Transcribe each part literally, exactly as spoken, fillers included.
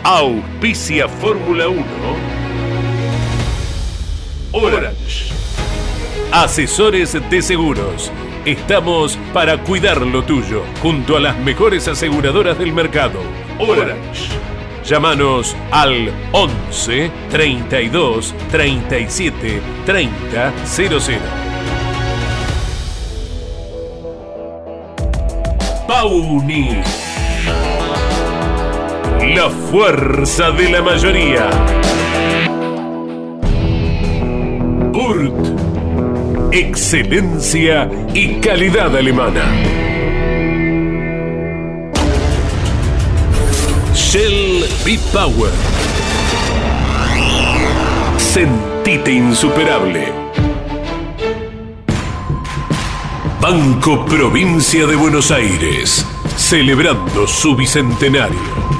Auspicia Fórmula uno. Orange. Asesores de seguros. Estamos para cuidar lo tuyo, junto a las mejores aseguradoras del mercado. Orange. Llámanos al once, treinta y dos, treinta y siete, treinta, cero cero. Pauni. La fuerza de la mayoría. Urt. Excelencia y calidad alemana. Shell V-Power. Sentite insuperable. Banco Provincia de Buenos Aires, celebrando su bicentenario.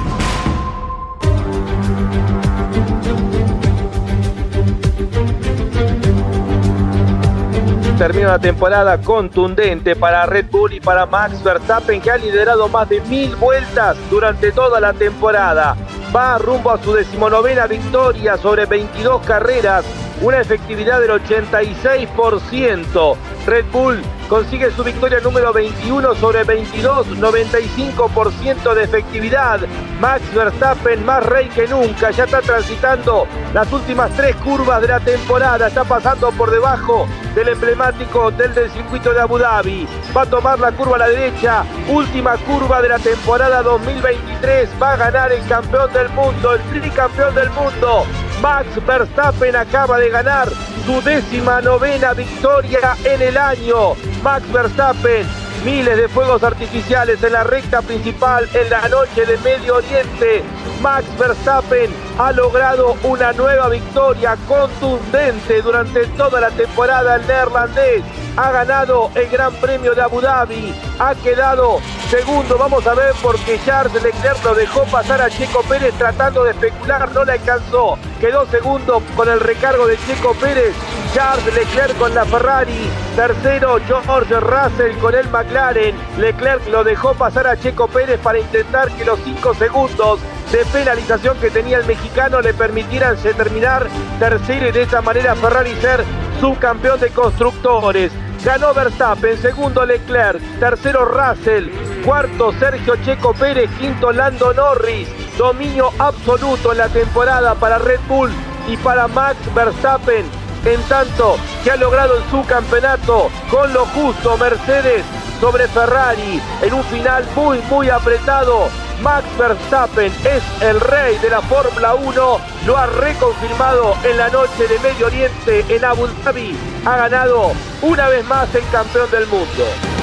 Termina una temporada contundente para Red Bull y para Max Verstappen, que ha liderado más de mil vueltas durante toda la temporada. Va rumbo a su decimonovena victoria sobre veintidós carreras, una efectividad del ochenta y seis por ciento. Red Bull consigue su victoria número veintiuno sobre veintidós, noventa y cinco por ciento de efectividad. Max Verstappen, más rey que nunca, ya está transitando las últimas tres curvas de la temporada, está pasando por debajo del emblemático hotel del circuito de Abu Dhabi. Va a tomar la curva a la derecha, última curva de la temporada dos mil veintitrés, va a ganar el campeón del mundo, el tricampeón del mundo. Max Verstappen acaba de ganar su décima novena victoria en el año. Max Verstappen, miles de fuegos artificiales en la recta principal en la noche de Medio Oriente. Max Verstappen ha logrado una nueva victoria contundente durante toda la temporada. El neerlandés ha ganado el Gran Premio de Abu Dhabi, ha quedado segundo. Vamos a ver por qué Charles Leclerc lo dejó pasar a Checo Pérez tratando de especular, no le alcanzó. Quedó segundo con el recargo de Checo Pérez. Charles Leclerc con la Ferrari, tercero George Russell con el McLaren. Leclerc lo dejó pasar a Checo Pérez para intentar que los cinco segundos de penalización que tenía el mexicano le permitieran terminar tercero y de esta manera Ferrari ser subcampeón de constructores. Ganó Verstappen, segundo Leclerc, tercero Russell, cuarto Sergio Checo Pérez, quinto Lando Norris. Dominio absoluto en la temporada para Red Bull y para Max Verstappen, en tanto que ha logrado el subcampeonato con lo justo Mercedes sobre Ferrari en un final muy muy apretado. Max Verstappen es el rey de la Fórmula uno, lo ha reconfirmado en la noche de Medio Oriente en Abu Dhabi, ha ganado una vez más el campeón del mundo.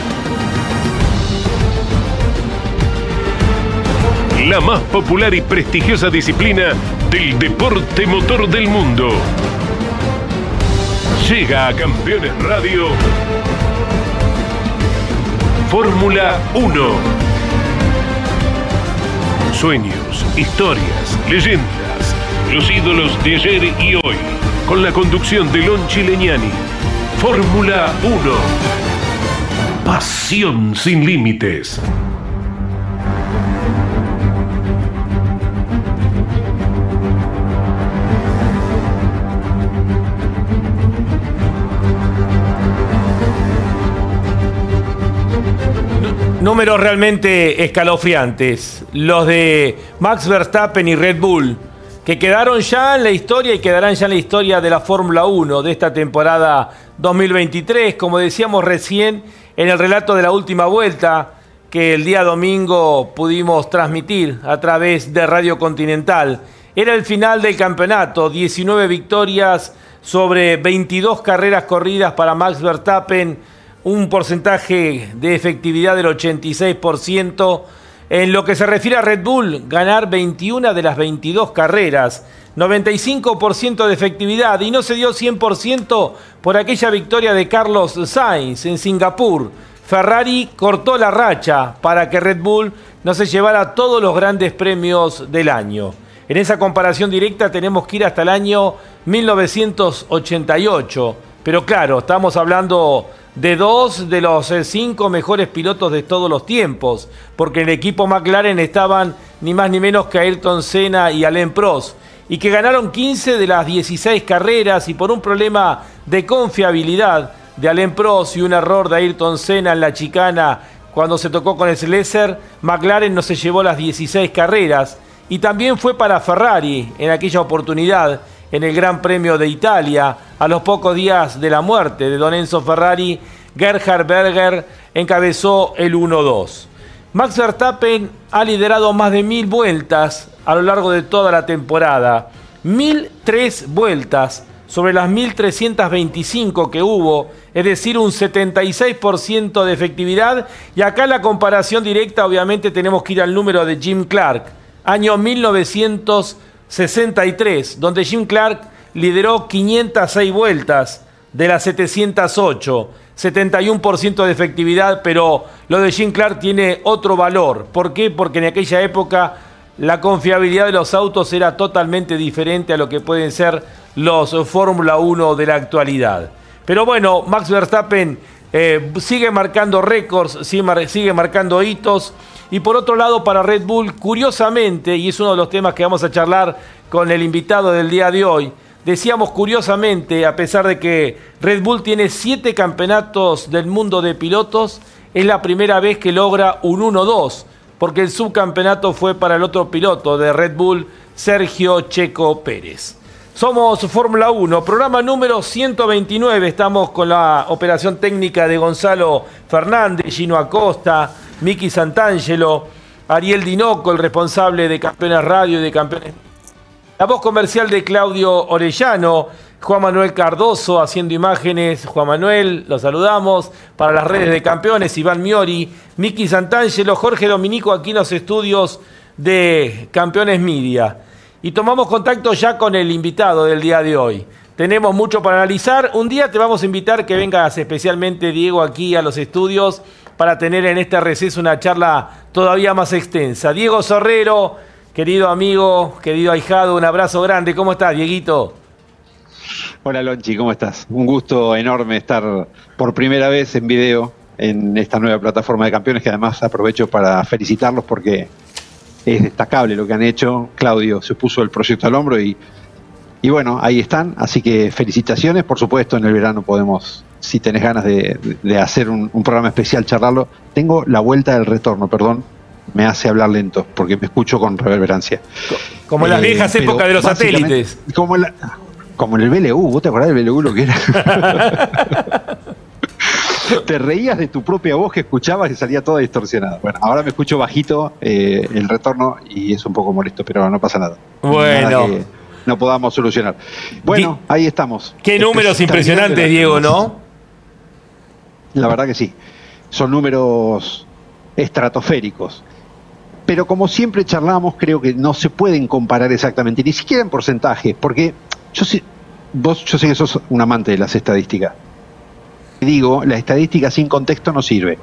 La más popular y prestigiosa disciplina del deporte motor del mundo. Llega a Campeones Radio Fórmula uno. Sueños, historias, leyendas, los ídolos de ayer y hoy, con la conducción de Lonchi Legnani. Fórmula uno. Pasión sin límites. Números realmente escalofriantes, los de Max Verstappen y Red Bull, que quedaron ya en la historia y quedarán ya en la historia de la Fórmula uno de esta temporada dos mil veintitrés, como decíamos recién en el relato de la última vuelta que el día domingo pudimos transmitir a través de Radio Continental. Era el final del campeonato, diecinueve victorias sobre veintidós carreras corridas para Max Verstappen, un porcentaje de efectividad del ochenta y seis por ciento. En lo que se refiere a Red Bull, ganar veintiuna de las veintidós carreras, noventa y cinco por ciento de efectividad, y no se dio cien por ciento por aquella victoria de Carlos Sainz en Singapur. Ferrari cortó la racha para que Red Bull no se llevara todos los grandes premios del año. En esa comparación directa tenemos que ir hasta el año mil novecientos ochenta y ocho. Pero claro, estamos hablando de dos de los eh, cinco mejores pilotos de todos los tiempos, porque en el equipo McLaren estaban ni más ni menos que Ayrton Senna y Alain Prost, y que ganaron quince de las dieciséis carreras, y por un problema de confiabilidad de Alain Prost y un error de Ayrton Senna en la chicana cuando se tocó con Slesser, McLaren no se llevó las dieciséis carreras. Y también fue para Ferrari en aquella oportunidad, en el Gran Premio de Italia, a los pocos días de la muerte de don Enzo Ferrari, Gerhard Berger encabezó el uno dos. Max Verstappen ha liderado más de mil vueltas a lo largo de toda la temporada. Mil tres vueltas sobre las mil trescientas veinticinco que hubo, es decir, un setenta y seis por ciento de efectividad. Y acá la comparación directa, obviamente tenemos que ir al número de Jim Clark, año mil novecientos sesenta y tres, donde Jim Clark lideró quinientas seis vueltas de las setecientas ocho, setenta y uno por ciento de efectividad, pero lo de Jim Clark tiene otro valor. ¿Por qué? Porque en aquella época la confiabilidad de los autos era totalmente diferente a lo que pueden ser los Fórmula uno de la actualidad. Pero bueno, Max Verstappen eh, sigue marcando récords, sigue, sigue marcando hitos. Y por otro lado, para Red Bull, curiosamente, y es uno de los temas que vamos a charlar con el invitado del día de hoy, decíamos curiosamente, a pesar de que Red Bull tiene siete campeonatos del mundo de pilotos, es la primera vez que logra un uno dos, porque el subcampeonato fue para el otro piloto de Red Bull, Sergio Checo Pérez. Somos Fórmula uno, programa número ciento veintinueve, estamos con la operación técnica de Gonzalo Fernández, Gino Acosta, Miki Santangelo, Ariel Dinoco, el responsable de Campeones Radio y de Campeones. La voz comercial de Claudio Orellano, Juan Manuel Cardoso haciendo imágenes. Juan Manuel, lo saludamos. Para las redes de Campeones, Iván Miori, Miki Santangelo, Jorge Dominico aquí en los estudios de Campeones Media. Y tomamos contacto ya con el invitado del día de hoy. Tenemos mucho para analizar. Un día te vamos a invitar que vengas especialmente, Diego, aquí a los estudios para tener en este receso una charla todavía más extensa. Diego Sorrero, querido amigo, querido ahijado, un abrazo grande. ¿Cómo estás, Dieguito? Hola, Lonchi, ¿cómo estás? Un gusto enorme estar por primera vez en video en esta nueva plataforma de Campeones, que además aprovecho para felicitarlos porque es destacable lo que han hecho. Claudio se puso el proyecto al hombro y, y bueno, ahí están. Así que felicitaciones. Por supuesto, en el verano podemos, si tenés ganas de, de hacer un, un programa especial, charlarlo. Tengo la vuelta del retorno, perdón. Me hace hablar lento porque me escucho con reverberancia. Como en las eh, viejas épocas de los satélites. Como en, la, como en el B L U. ¿Vos te acordás del B L U lo que era? Te reías de tu propia voz que escuchabas y salía toda distorsionada. Bueno, ahora me escucho bajito eh, el retorno y es un poco molesto, pero no pasa nada. Bueno. Nada que no podamos solucionar. Bueno, Di- ahí estamos. Qué números impresionantes, Diego, ¿no? La verdad que sí. Son números estratosféricos. Pero como siempre charlamos, creo que no se pueden comparar exactamente, ni siquiera en porcentajes, porque yo sé, vos, yo sé que sos un amante de las estadísticas. Digo, la estadística sin contexto no sirve.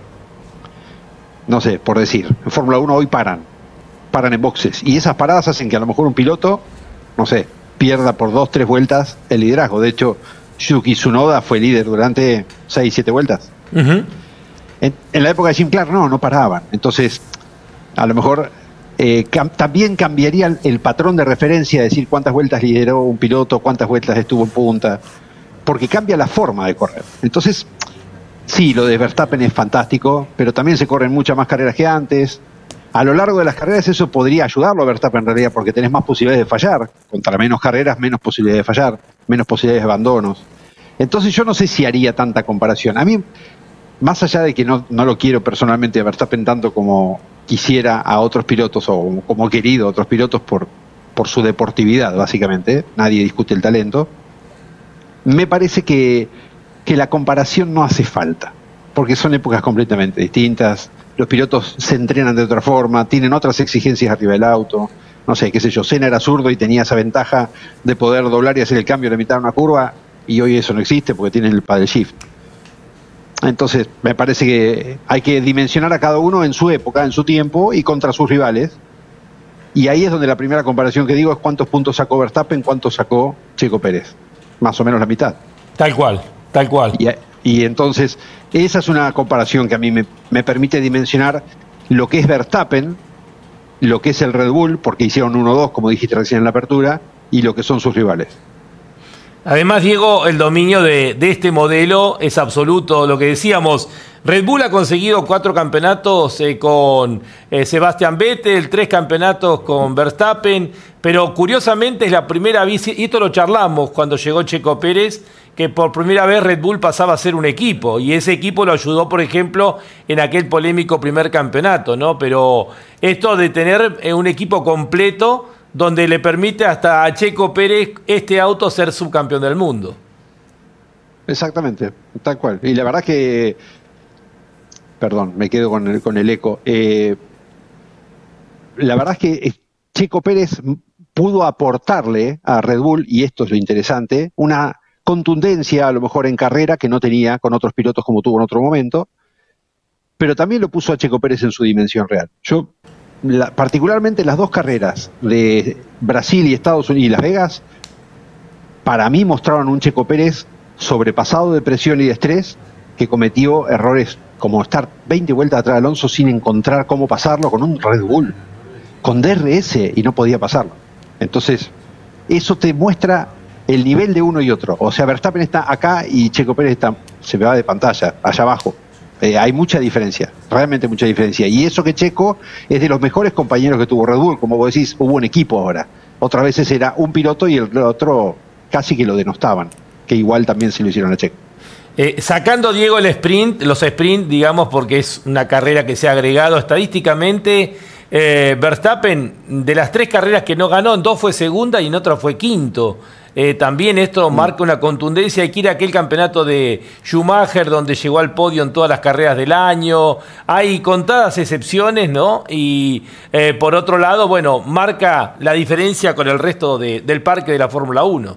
No sé, por decir, en Fórmula uno hoy paran, paran en boxes, y esas paradas hacen que a lo mejor un piloto, no sé, pierda por dos, tres vueltas el liderazgo. De hecho, Yuki Tsunoda fue líder durante seis, siete vueltas. Uh-huh. En, en la época de Jim Clark no, no paraban. Entonces, a lo mejor eh, cam- también cambiaría el, el patrón de referencia, decir cuántas vueltas lideró un piloto, cuántas vueltas estuvo en punta, porque cambia la forma de correr. Entonces, sí, lo de Verstappen es fantástico, pero también se corren muchas más carreras que antes. A lo largo de las carreras eso podría ayudarlo a Verstappen en realidad, porque tenés más posibilidades de fallar. Contra menos carreras, menos posibilidades de fallar, menos posibilidades de abandonos. Entonces yo no sé si haría tanta comparación. A mí, más allá de que no, no lo quiero personalmente a Verstappen tanto como quisiera a otros pilotos, o como querido a otros pilotos por, por su deportividad, básicamente, nadie discute el talento, me parece que, que la comparación no hace falta, porque son épocas completamente distintas. Los pilotos se entrenan de otra forma, tienen otras exigencias arriba del auto. No sé, qué sé yo, Senna era zurdo y tenía esa ventaja de poder doblar y hacer el cambio a la mitad de una curva, y hoy eso no existe porque tienen el paddle shift. Entonces, me parece que hay que dimensionar a cada uno en su época, en su tiempo y contra sus rivales. Y ahí es donde la primera comparación que digo es cuántos puntos sacó Verstappen, cuántos sacó Checo Pérez. Más o menos la mitad. Tal cual, Tal cual. Y, y entonces, esa es una comparación que a mí me, me permite dimensionar lo que es Verstappen, lo que es el Red Bull, porque hicieron uno dos, como dijiste recién en la apertura, y lo que son sus rivales. Además, Diego, el dominio de, de este modelo es absoluto. Lo que decíamos, Red Bull ha conseguido cuatro campeonatos eh, con eh, Sebastian Vettel, tres campeonatos con Verstappen, pero curiosamente es la primera vez, y esto lo charlamos cuando llegó Checo Pérez, que por primera vez Red Bull pasaba a ser un equipo, y ese equipo lo ayudó, por ejemplo, en aquel polémico primer campeonato, ¿no? Pero esto de tener eh, un equipo completo donde le permite hasta a Checo Pérez este auto ser subcampeón del mundo. Exactamente, tal cual. Y la verdad que, perdón, me quedo con el, con el eco. Eh, la verdad es que Checo Pérez pudo aportarle a Red Bull, y esto es lo interesante, una contundencia a lo mejor en carrera que no tenía con otros pilotos como tuvo en otro momento, pero también lo puso a Checo Pérez en su dimensión real. Yo, la, particularmente las dos carreras de Brasil y Estados Unidos y Las Vegas, para mí mostraron un Checo Pérez sobrepasado de presión y de estrés, que cometió errores como estar veinte vueltas atrás de Alonso sin encontrar cómo pasarlo con un Red Bull, con D R S, y no podía pasarlo. Entonces, eso te muestra el nivel de uno y otro. O sea, Verstappen está acá y Checo Pérez está, se me va de pantalla, allá abajo. Eh, hay mucha diferencia, realmente mucha diferencia. Y eso que Checo es de los mejores compañeros que tuvo Red Bull. Como vos decís, hubo un equipo ahora. Otras veces era un piloto y el otro casi que lo denostaban, que igual también se lo hicieron a Checo. Eh, sacando, Diego, el sprint, los sprint, digamos, porque es una carrera que se ha agregado estadísticamente, eh, Verstappen, de las tres carreras que no ganó, en dos fue segunda y en otra fue quinto. Eh, también esto mm. marca una contundencia. Hay que ir a aquel campeonato de Schumacher donde llegó al podio en todas las carreras del año. Hay contadas excepciones, ¿no? Y eh, por otro lado, bueno, marca la diferencia con el resto de, del parque de la Fórmula uno.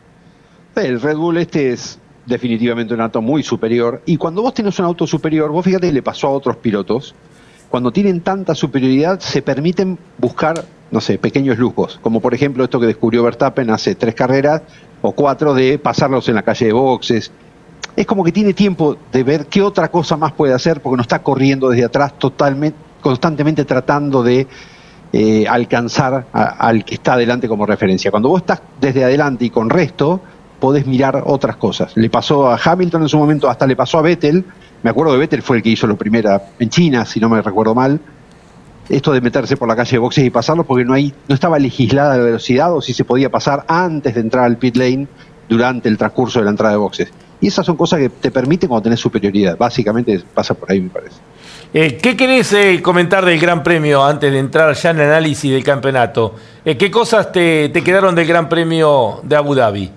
El Red Bull este es definitivamente un auto muy superior, y cuando vos tenés un auto superior, vos fíjate que le pasó a otros pilotos, cuando tienen tanta superioridad se permiten buscar, no sé, pequeños lujos, como por ejemplo esto que descubrió Verstappen hace tres carreras o cuatro, de pasarlos en la calle de boxes. Es como que tiene tiempo de ver qué otra cosa más puede hacer, porque no está corriendo desde atrás totalmente, constantemente tratando de eh, alcanzar a, al que está adelante como referencia. Cuando vos estás desde adelante y con resto, podés mirar otras cosas. Le pasó a Hamilton en su momento, hasta le pasó a Vettel. Me acuerdo que Vettel fue el que hizo lo primero en China, si no me recuerdo mal. Esto de meterse por la calle de boxes y pasarlo, porque no hay, no estaba legislada la velocidad, o si se podía pasar antes de entrar al pit lane durante el transcurso de la entrada de boxes. Y esas son cosas que te permiten cuando tenés superioridad. Básicamente pasa por ahí, me parece. Eh, ¿Qué querés eh, comentar del Gran Premio antes de entrar ya en el análisis del campeonato? Eh, ¿Qué cosas te, te quedaron del Gran Premio de Abu Dhabi?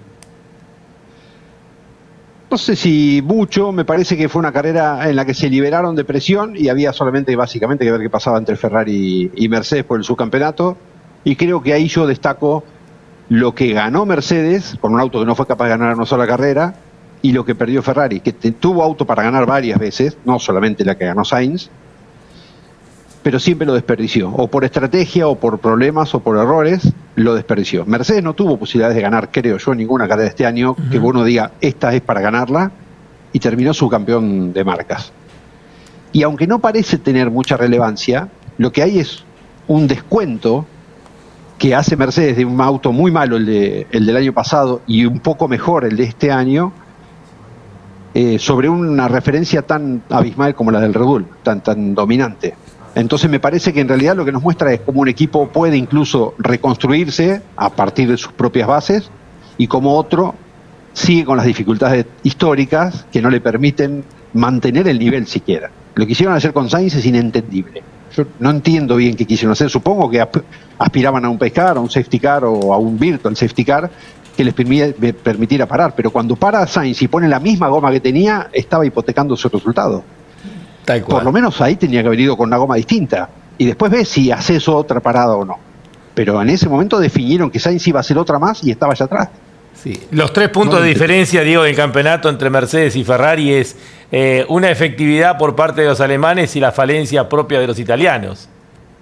No sé si mucho, me parece que fue una carrera en la que se liberaron de presión y había solamente básicamente que ver qué pasaba entre Ferrari y Mercedes por el subcampeonato, y creo que ahí yo destaco lo que ganó Mercedes con un auto que no fue capaz de ganar una sola carrera, y lo que perdió Ferrari, que te, tuvo auto para ganar varias veces, no solamente la que ganó Sainz, pero siempre lo desperdició, o por estrategia, o por problemas, o por errores, lo desperdició. Mercedes no tuvo posibilidades de ganar, creo yo, ninguna carrera este año, uh-huh. que uno diga, esta es para ganarla, y terminó subcampeón de marcas. Y aunque no parece tener mucha relevancia, lo que hay es un descuento que hace Mercedes de un auto muy malo, el, de, el del año pasado, y un poco mejor el de este año, eh, sobre una referencia tan abismal como la del Red Bull, tan, tan dominante. Entonces me parece que en realidad lo que nos muestra es cómo un equipo puede incluso reconstruirse a partir de sus propias bases, y cómo otro sigue con las dificultades históricas que no le permiten mantener el nivel siquiera. Lo que hicieron hacer con Sainz es inentendible. Yo no entiendo bien qué quisieron hacer. Supongo que aspiraban a un pace car, a un safety car o a un virtual safety car que les permitiera parar, pero cuando para Sainz y pone la misma goma que tenía, estaba hipotecando su resultado. Por lo menos ahí tenía que haber ido con una goma distinta, y después ves si haces otra parada o no. Pero en ese momento definieron que Sainz iba a hacer otra más y estaba allá atrás. Sí. Los tres puntos no, de diferencia, Diego, del campeonato entre Mercedes y Ferrari es eh, una efectividad por parte de los alemanes y la falencia propia de los italianos.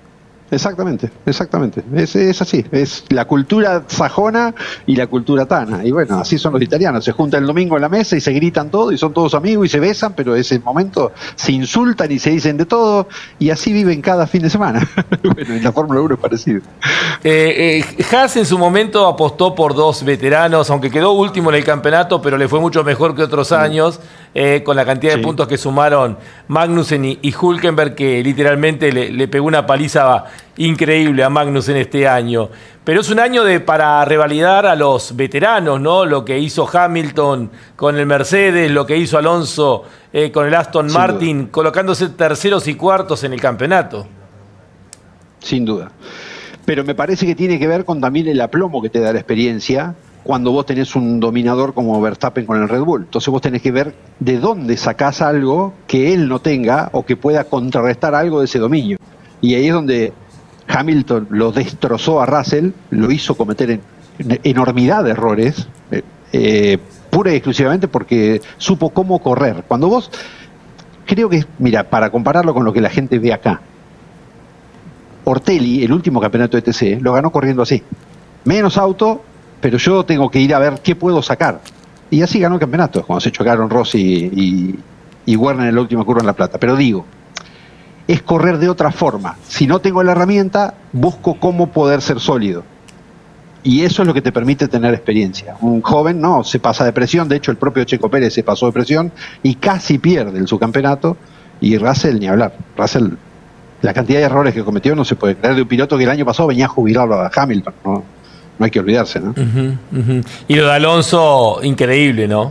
Exactamente, exactamente. Es, es así, es la cultura sajona y la cultura tana. Y bueno, así son los italianos. Se juntan el domingo en la mesa y se gritan todo y son todos amigos y se besan, pero ese momento se insultan y se dicen de todo y así viven cada fin de semana. Bueno, en la Fórmula uno es parecido. Eh, eh, Haas en su momento apostó por dos veteranos, aunque quedó último en el campeonato, pero le fue mucho mejor que otros años, eh, con la cantidad de sí. puntos que sumaron Magnussen y, y Hülkenberg, que literalmente le, le pegó una paliza increíble a Magnussen este año. Pero es un año de para revalidar a los veteranos, ¿no? Lo que hizo Hamilton con el Mercedes, lo que hizo Alonso eh, con el Aston Sin Martin, duda. colocándose terceros y cuartos en el campeonato. Sin duda. Pero me parece que tiene que ver con también el aplomo que te da la experiencia cuando vos tenés un dominador como Verstappen con el Red Bull. Entonces vos tenés que ver de dónde sacás algo que él no tenga o que pueda contrarrestar algo de ese dominio. Y ahí es donde Hamilton lo destrozó a Russell, lo hizo cometer en, en, enormidad de errores, eh, eh, pura y exclusivamente porque supo cómo correr. Cuando vos, creo que, mira, para compararlo con lo que la gente ve acá, Ortelli, el último campeonato de T C, lo ganó corriendo así. Menos auto, pero yo tengo que ir a ver qué puedo sacar. Y así ganó el campeonato, cuando se chocaron Rossi y, y Werner en la última curva en La Plata. Pero digo, es correr de otra forma. Si no tengo la herramienta, busco cómo poder ser sólido. Y eso es lo que te permite tener experiencia. Un joven no, se pasa de presión. De hecho, el propio Checo Pérez se pasó de presión y casi pierde el subcampeonato. Y Russell, ni hablar. Russell, la cantidad de errores que cometió no se puede creer de un piloto que el año pasado venía a jubilarlo a Hamilton. No, no hay que olvidarse, ¿no? Uh-huh, uh-huh. Y lo de Alonso, increíble, ¿no?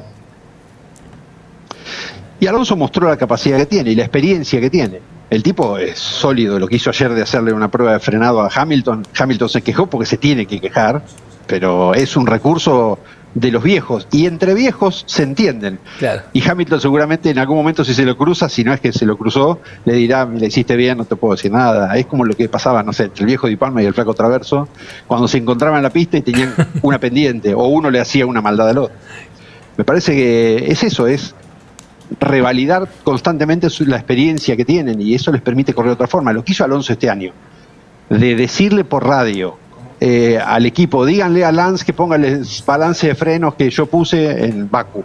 Y Alonso mostró la capacidad que tiene y la experiencia que tiene. El tipo es sólido. Lo que hizo ayer de hacerle una prueba de frenado a Hamilton. Hamilton se quejó porque se tiene que quejar, pero es un recurso de los viejos. Y entre viejos se entienden. Claro. Y Hamilton seguramente en algún momento, si se lo cruza, si no es que se lo cruzó, le dirá, le hiciste bien, no te puedo decir nada. Es como lo que pasaba, no sé, entre el viejo Di Palma y el flaco Traverso, cuando se encontraban en la pista y tenían una pendiente, o uno le hacía una maldad al otro. Me parece que es eso, es revalidar constantemente la experiencia que tienen y eso les permite correr de otra forma. Lo que hizo Alonso este año, de decirle por radio eh, al equipo, díganle a Lance que ponga el balance de frenos que yo puse en Bakú,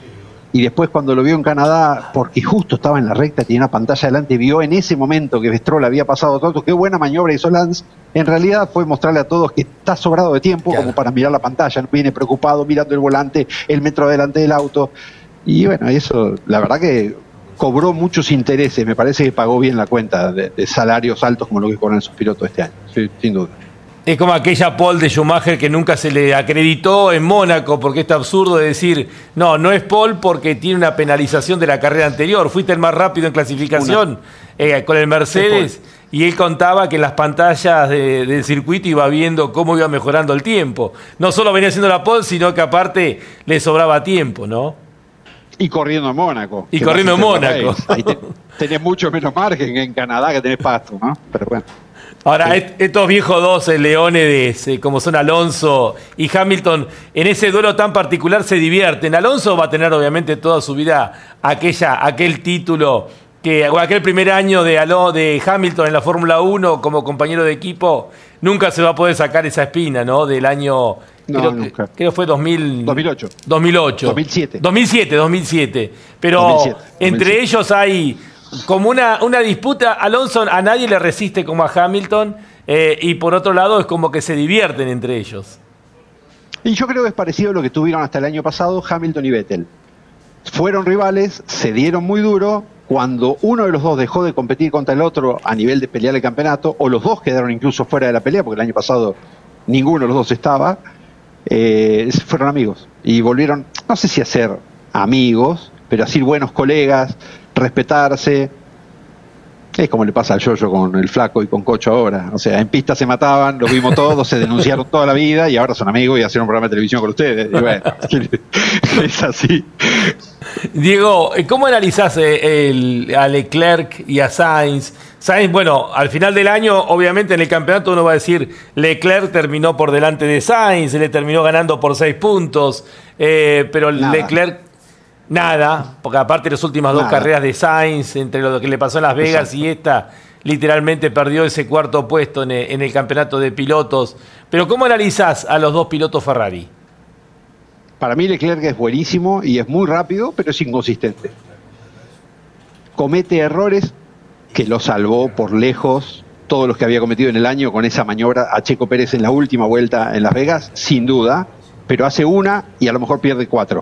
y después cuando lo vio en Canadá, porque justo estaba en la recta, tenía una pantalla adelante, vio en ese momento que Stroll había pasado todo, qué buena maniobra hizo Lance. En realidad fue mostrarle a todos que está sobrado de tiempo, claro, como para mirar la pantalla, no viene preocupado mirando el volante, el metro adelante del auto. Y bueno, eso, la verdad que cobró muchos intereses, me parece que pagó bien la cuenta de, de salarios altos como lo que cobran sus pilotos este año, sí, sin duda. Es como aquella pole de Schumacher que nunca se le acreditó en Mónaco, porque es absurdo de decir, no, no es pole porque tiene una penalización de la carrera anterior, fuiste el más rápido en clasificación eh, con el Mercedes, y él contaba que en las pantallas de, del circuito iba viendo cómo iba mejorando el tiempo. No solo venía haciendo la pole, sino que aparte le sobraba tiempo, ¿no? Y corriendo en Mónaco. Y corriendo en Mónaco. Ahí te, tenés mucho menos margen que en Canadá, que tenés pasto, ¿no? Pero bueno. Ahora, sí, estos viejos dos eh, leones, eh, como son Alonso y Hamilton, en ese duelo tan particular se divierten. Alonso va a tener obviamente toda su vida aquella, aquel título, que, o aquel primer año de, Alo, de Hamilton en la Fórmula uno como compañero de equipo, nunca se va a poder sacar esa espina, ¿no? Del año... No, creo, nunca. creo que fue dos mil, dos mil ocho. dos mil ocho. dos mil siete. dos mil siete, dos mil siete. Pero dos mil siete, entre dos mil siete. ellos hay como una, una disputa. Alonso a nadie le resiste como a Hamilton, eh, y por otro lado es como que se divierten entre ellos. Y yo creo que es parecido a lo que tuvieron hasta el año pasado Hamilton y Vettel. Fueron rivales, se dieron muy duro. Cuando uno de los dos dejó de competir contra el otro a nivel de pelear el campeonato, o los dos quedaron incluso fuera de la pelea, porque el año pasado ninguno de los dos estaba, eh, fueron amigos. Y volvieron, no sé si a ser amigos, pero a ser buenos colegas, respetarse. Es como le pasa al Yoyo con el Flaco y con Cocho ahora. O sea, en pista se mataban, lo vimos todos, se denunciaron toda la vida y ahora son amigos y hacen un programa de televisión con ustedes. Y bueno, es así. Diego, ¿cómo analizás el, a Leclerc y a Sainz? Sainz, bueno, al final del año, obviamente en el campeonato uno va a decir Leclerc terminó por delante de Sainz, le terminó ganando por seis puntos, eh, pero nada. Leclerc... Nada, porque aparte de las últimas dos Nada. carreras de Sainz, entre lo que le pasó en Las Vegas Exacto. y esta, literalmente perdió ese cuarto puesto en el, en el campeonato de pilotos. Pero ¿cómo analizás a los dos pilotos Ferrari? Para mí Leclerc es buenísimo y es muy rápido, pero es inconsistente. Comete errores que lo salvó por lejos todos los que había cometido en el año con esa maniobra a Checo Pérez en la última vuelta en Las Vegas, sin duda, pero hace una y a lo mejor pierde cuatro.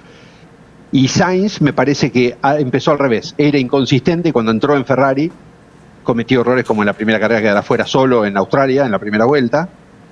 Y Sainz me parece que empezó al revés, era inconsistente cuando entró en Ferrari, cometió errores como en la primera carrera, quedar afuera solo en Australia, en la primera vuelta.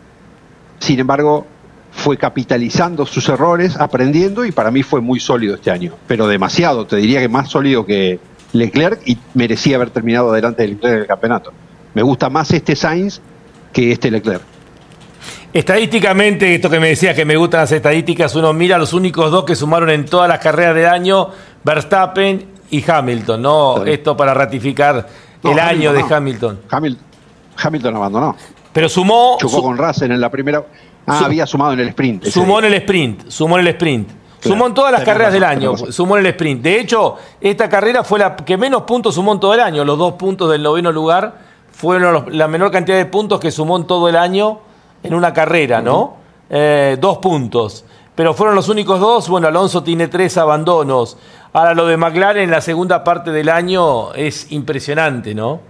Sin embargo, fue capitalizando sus errores, aprendiendo, y para mí fue muy sólido este año, pero demasiado, te diría que más sólido que Leclerc, y merecía haber terminado adelante de Leclerc en el campeonato. Me gusta más este Sainz que este Leclerc. Estadísticamente, esto que me decías que me gustan las estadísticas, uno mira los únicos dos que sumaron en todas las carreras del año, Verstappen y Hamilton, ¿no? Sí. Esto para ratificar no, el Hamilton, año de no. Hamilton. Hamilton. Hamilton abandonó. Pero sumó... Chocó su, con Russell en la primera... Ah, su, había sumado en el sprint. Sumó en el sprint, sumó en el sprint. Claro, sumó en todas las carreras razón, del año, sumó en el sprint. De hecho, esta carrera fue la que menos puntos sumó en todo el año. Los dos puntos del noveno lugar fueron los, la menor cantidad de puntos que sumó en todo el año en una carrera, ¿no? Uh-huh. Eh, dos puntos. Pero fueron los únicos dos. Bueno, Alonso tiene tres abandonos. Ahora, lo de McLaren en la segunda parte del año es impresionante, ¿no?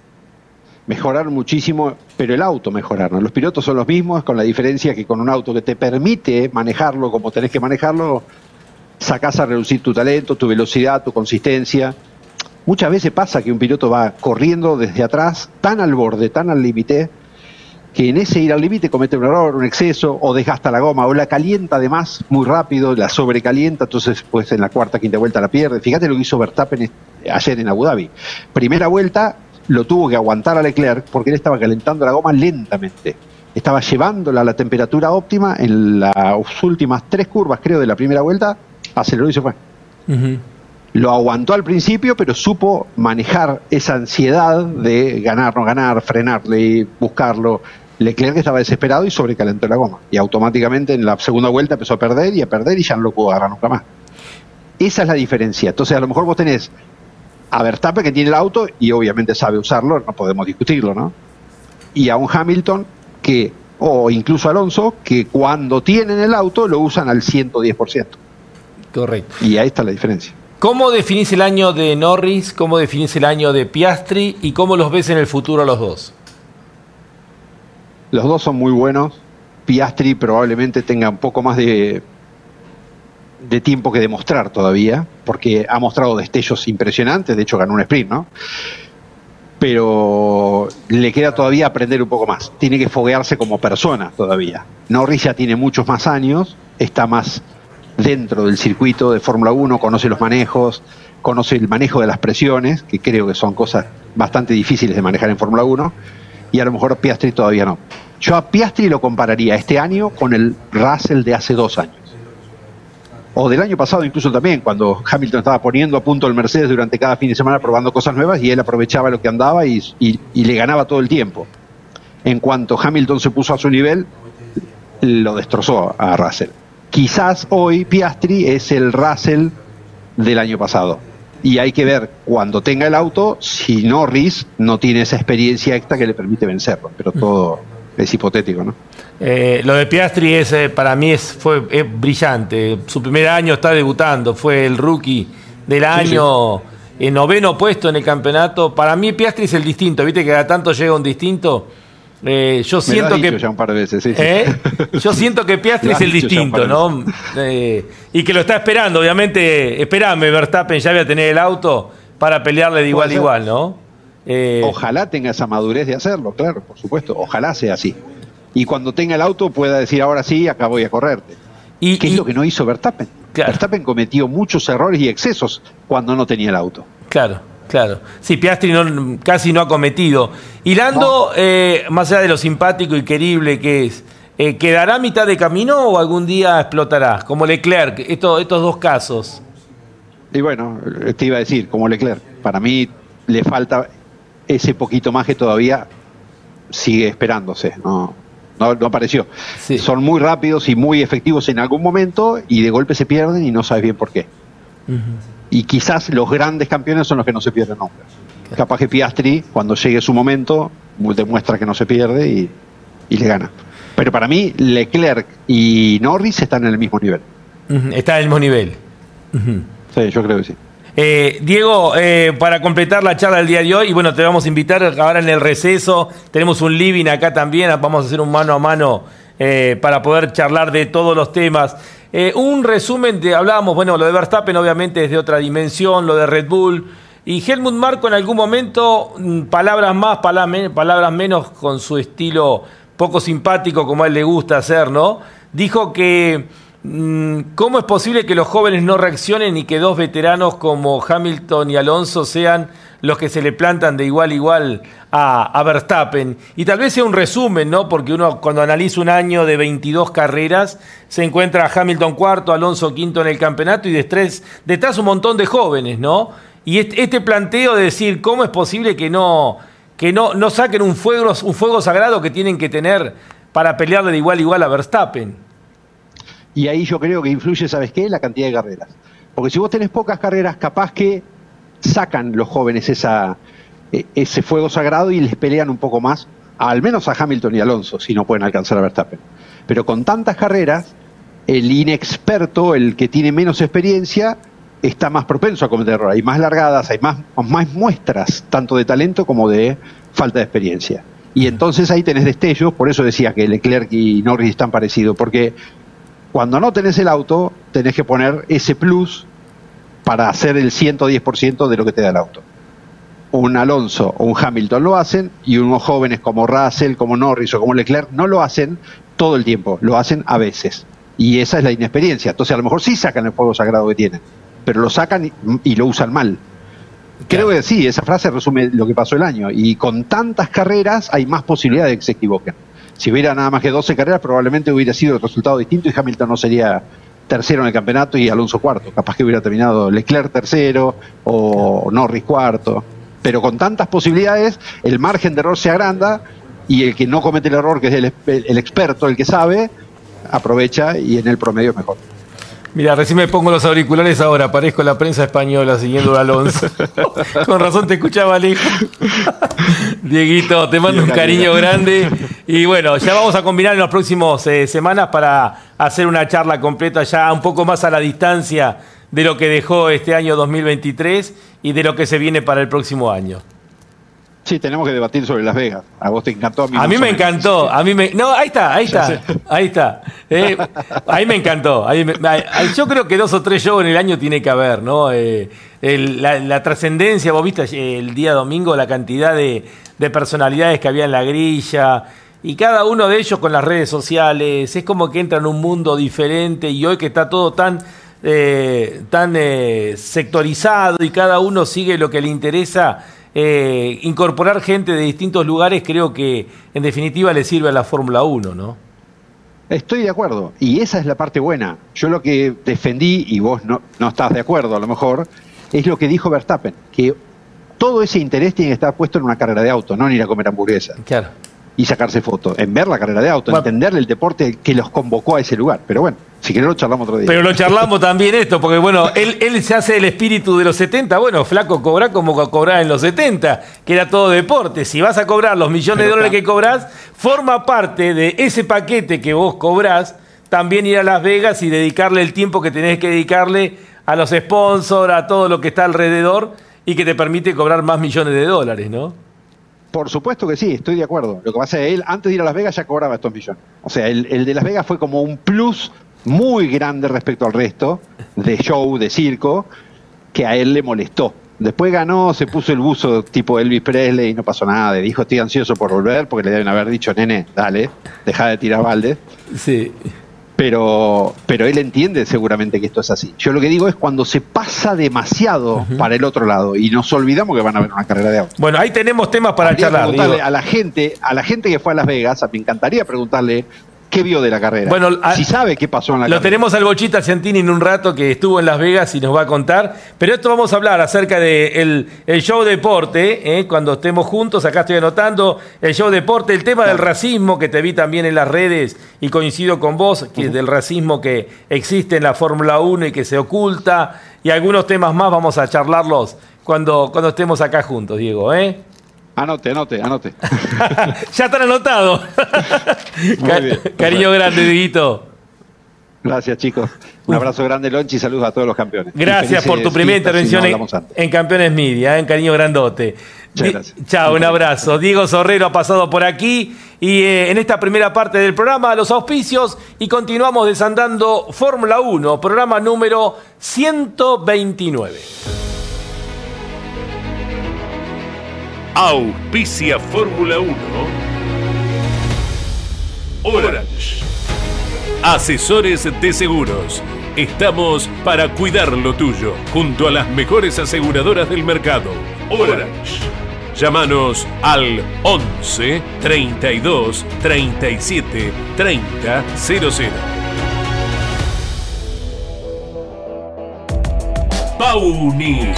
Mejoraron muchísimo, pero el auto mejoraron. Los pilotos son los mismos, con la diferencia que con un auto que te permite manejarlo como tenés que manejarlo, sacás a reducir tu talento, tu velocidad, tu consistencia. Muchas veces pasa que un piloto va corriendo desde atrás, tan al borde, tan al límite, que en ese ir al límite comete un error, un exceso, o desgasta la goma, o la calienta además muy rápido, la sobrecalienta, entonces pues en la cuarta, quinta vuelta la pierde. Fíjate lo que hizo Verstappen ayer en Abu Dhabi. Primera vuelta lo tuvo que aguantar a Leclerc porque él estaba calentando la goma lentamente. Estaba llevándola a la temperatura óptima en las últimas tres curvas, creo, de la primera vuelta, aceleró y se fue. Uh-huh. Lo aguantó al principio, pero supo manejar esa ansiedad de ganar, no ganar, frenarle, buscarlo. Leclerc estaba desesperado y sobrecalentó la goma. Y automáticamente en la segunda vuelta empezó a perder y a perder y ya no lo pudo agarrar nunca más. Esa es la diferencia. Entonces a lo mejor vos tenés a Verstappen, que tiene el auto y obviamente sabe usarlo, no podemos discutirlo, ¿no? Y a un Hamilton que, o incluso Alonso, que cuando tienen el auto lo usan al ciento diez por ciento. Correcto. Y ahí está la diferencia. ¿Cómo definís el año de Norris? ¿Cómo definís el año de Piastri? ¿Y cómo los ves en el futuro a los dos? Los dos son muy buenos. Piastri probablemente tenga un poco más de... de tiempo que demostrar todavía, porque ha mostrado destellos impresionantes, de hecho ganó un sprint, ¿no? Pero le queda todavía aprender un poco más, tiene que foguearse como persona todavía. Norris ya tiene muchos más años, está más dentro del circuito de Fórmula uno, conoce los manejos, conoce el manejo de las presiones, que creo que son cosas bastante difíciles de manejar en Fórmula uno, y a lo mejor Piastri todavía no. Yo a Piastri lo compararía este año con el Russell de hace dos años. O del año pasado incluso también, cuando Hamilton estaba poniendo a punto el Mercedes durante cada fin de semana probando cosas nuevas y él aprovechaba lo que andaba y, y, y le ganaba todo el tiempo. En cuanto Hamilton se puso a su nivel, lo destrozó a Russell. Quizás hoy Piastri es el Russell del año pasado. Y hay que ver cuando tenga el auto si Norris no tiene esa experiencia extra que le permite vencerlo. Pero todo es hipotético, ¿no? Eh, lo de Piastri es, eh, para mí es, fue es brillante. Su primer año está debutando, fue el rookie del año, sí, sí. En noveno puesto en el campeonato. Para mí Piastri es el distinto, viste que cada tanto llega un distinto. Eh, yo siento Me lo has dicho que ya un par de veces, sí, sí. ¿Eh? Yo siento que Piastri es el distinto, ¿no? Eh, y que lo está esperando, obviamente. Esperame, Verstappen ya voy a tener el auto para pelearle de igual a igual, ¿no? Eh, Ojalá tenga esa madurez de hacerlo, claro, por supuesto. Ojalá sea así. Y cuando tenga el auto pueda decir, ahora sí, acá voy a correrte. Y, ¿Qué y, es lo que no hizo Verstappen? Claro. Verstappen cometió muchos errores y excesos cuando no tenía el auto. Claro, claro. Sí, Piastri no, casi no ha cometido. Y Lando, no. eh, más allá de lo simpático y querible que es, eh, ¿quedará a mitad de camino o algún día explotará? Como Leclerc, esto, estos dos casos. Y bueno, te iba a decir, como Leclerc, para mí le falta ese poquito más que todavía sigue esperándose, ¿no? No, no apareció. Sí. Son muy rápidos y muy efectivos en algún momento y de golpe se pierden y no sabes bien por qué. Uh-huh. Y quizás los grandes campeones son los que no se pierden nunca. capaz que Piastri, cuando llegue su momento, demuestra que no se pierde y, y le gana. Pero para mí, Leclerc y Norris están en el mismo nivel. Uh-huh. Está en el mismo nivel. Uh-huh. Sí, yo creo que sí. Eh, Diego, eh, para completar la charla del día de hoy, y bueno, te vamos a invitar ahora en el receso, tenemos un living acá también, vamos a hacer un mano a mano eh, para poder charlar de todos los temas. Eh, un resumen, de, hablábamos, bueno, lo de Verstappen obviamente es de otra dimensión, lo de Red Bull, y Helmut Marko en algún momento, palabras más, palabras, palabras menos, con su estilo poco simpático como a él le gusta hacer, ¿no? Dijo que ¿cómo es posible que los jóvenes no reaccionen y que dos veteranos como Hamilton y Alonso sean los que se le plantan de igual a igual a, a Verstappen? Y tal vez sea un resumen, ¿no? Porque uno cuando analiza un año de veintidós carreras, se encuentra a Hamilton cuarto, Alonso quinto en el campeonato y detrás, detrás un montón de jóvenes, ¿no? Y este, este planteo de decir, ¿cómo es posible que no, que no, no saquen un fuego, un fuego sagrado que tienen que tener para pelearle de igual a igual a Verstappen? Y ahí yo creo que influye, ¿sabes qué? La cantidad de carreras. Porque si vos tenés pocas carreras, capaz que sacan los jóvenes esa, ese fuego sagrado y les pelean un poco más, al menos a Hamilton y Alonso, si no pueden alcanzar a Verstappen. Pero con tantas carreras, el inexperto, el que tiene menos experiencia, está más propenso a cometer errores. Hay más largadas, hay más, más muestras, tanto de talento como de falta de experiencia. Y entonces ahí tenés destellos, por eso decía que Leclerc y Norris están parecidos, porque cuando no tenés el auto, tenés que poner ese plus para hacer el ciento diez por ciento de lo que te da el auto. Un Alonso o un Hamilton lo hacen, y unos jóvenes como Russell, como Norris o como Leclerc no lo hacen todo el tiempo, lo hacen a veces. Y esa es la inexperiencia. Entonces a lo mejor sí sacan el fuego sagrado que tienen, pero lo sacan y, y lo usan mal. Creo que sí, esa frase resume lo que pasó el año. Y con tantas carreras hay más posibilidades de que se equivoquen. Si hubiera nada más que doce carreras, probablemente hubiera sido el resultado distinto y Hamilton no sería tercero en el campeonato y Alonso cuarto. Capaz que hubiera terminado Leclerc tercero o Norris cuarto. Pero con tantas posibilidades, el margen de error se agranda y el que no comete el error, que es el, el experto, el que sabe, aprovecha y en el promedio es mejor. Mira, recién me pongo los auriculares ahora, parezco la prensa española siguiendo a Alonso. Con razón te escuchaba lejos. Dieguito, te mando un cariño grande. Y bueno, ya vamos a combinar en las próximas eh, semanas para hacer una charla completa ya un poco más a la distancia de lo que dejó este año dos mil veintitrés y de lo que se viene para el próximo año. Sí, tenemos que debatir sobre Las Vegas. A vos te encantó. A mí, a mí me encantó. A mí me... No, ahí está, ahí está. Ahí está. Eh, ahí me encantó. Ahí me... Yo creo que dos o tres shows en el año tiene que haber, ¿no? Eh, el, la, la trascendencia, vos viste el día domingo la cantidad de, de personalidades que había en la grilla. Y cada uno de ellos con las redes sociales. Es como que entra en un mundo diferente. Y hoy que está todo tan... Eh, tan eh, sectorizado y cada uno sigue lo que le interesa, eh, incorporar gente de distintos lugares creo que en definitiva le sirve a la Fórmula uno, ¿no? Estoy de acuerdo, y esa es la parte buena. Yo lo que defendí, y vos no, no estás de acuerdo a lo mejor, es lo que dijo Verstappen, que todo ese interés tiene que estar puesto en una carrera de auto, no en ir a comer hamburguesa. Claro. Y sacarse fotos, en ver la carrera de auto, bueno, entenderle el deporte que los convocó a ese lugar. Pero bueno, si querés lo charlamos otro día. Pero lo charlamos también esto, porque bueno, él, él se hace el espíritu de los setenta. Bueno, flaco, cobrá como cobrás en los setenta, que era todo deporte. Si vas a cobrar los millones pero de dólares claro. que cobrás, forma parte de ese paquete que vos cobrás, también ir a Las Vegas y dedicarle el tiempo que tenés que dedicarle a los sponsors, a todo lo que está alrededor y que te permite cobrar más millones de dólares, ¿no? Por supuesto que sí, estoy de acuerdo. Lo que pasa es que él, antes de ir a Las Vegas, ya cobraba estos millones. O sea, el, el de Las Vegas fue como un plus muy grande respecto al resto de show, de circo, que a él le molestó. Después ganó, se puso el buzo tipo Elvis Presley y no pasó nada. Dijo, estoy ansioso por volver, porque le deben haber dicho, nene, dale, deja de tirar balde. Sí. Pero, pero él entiende seguramente que esto es así. Yo lo que digo es cuando se pasa demasiado uh-huh. para el otro lado y nos olvidamos que van a haber una carrera de auto. Bueno, ahí tenemos temas para Habría charlar. Preguntarle a la gente, a la gente que fue a Las Vegas, me encantaría preguntarle qué vio de la carrera. Bueno, si sabe qué pasó en la lo carrera. Lo tenemos al Bochita Ciantini en un rato que estuvo en Las Vegas y nos va a contar. Pero esto vamos a hablar acerca del de el show deporte, ¿eh? Cuando estemos juntos, acá estoy anotando el show deporte, el tema del racismo que te vi también en las redes y coincido con vos, que uh-huh. del racismo que existe en la Fórmula uno y que se oculta y algunos temas más vamos a charlarlos cuando, cuando estemos acá juntos, Diego, ¿eh? Anote, anote, anote. Ya están anotados. Car- bien. Cariño grande, Dieguito. Gracias, chicos. Un abrazo grande, Lonchi, y saludos a todos los campeones. Gracias por tu primera intervención en, en Campeones Media, ¿eh? En Cariño Grandote. Di- Chao, un abrazo. Diego Sorrero ha pasado por aquí y eh, en esta primera parte del programa, los auspicios, y continuamos desandando Fórmula uno, programa número ciento veintinueve. Auspicia Fórmula uno. Orange. Asesores de seguros. Estamos para cuidar lo tuyo, junto a las mejores aseguradoras del mercado. Orange. Llámanos al once, treinta y dos, treinta y siete, treinta, cero cero. Pauni.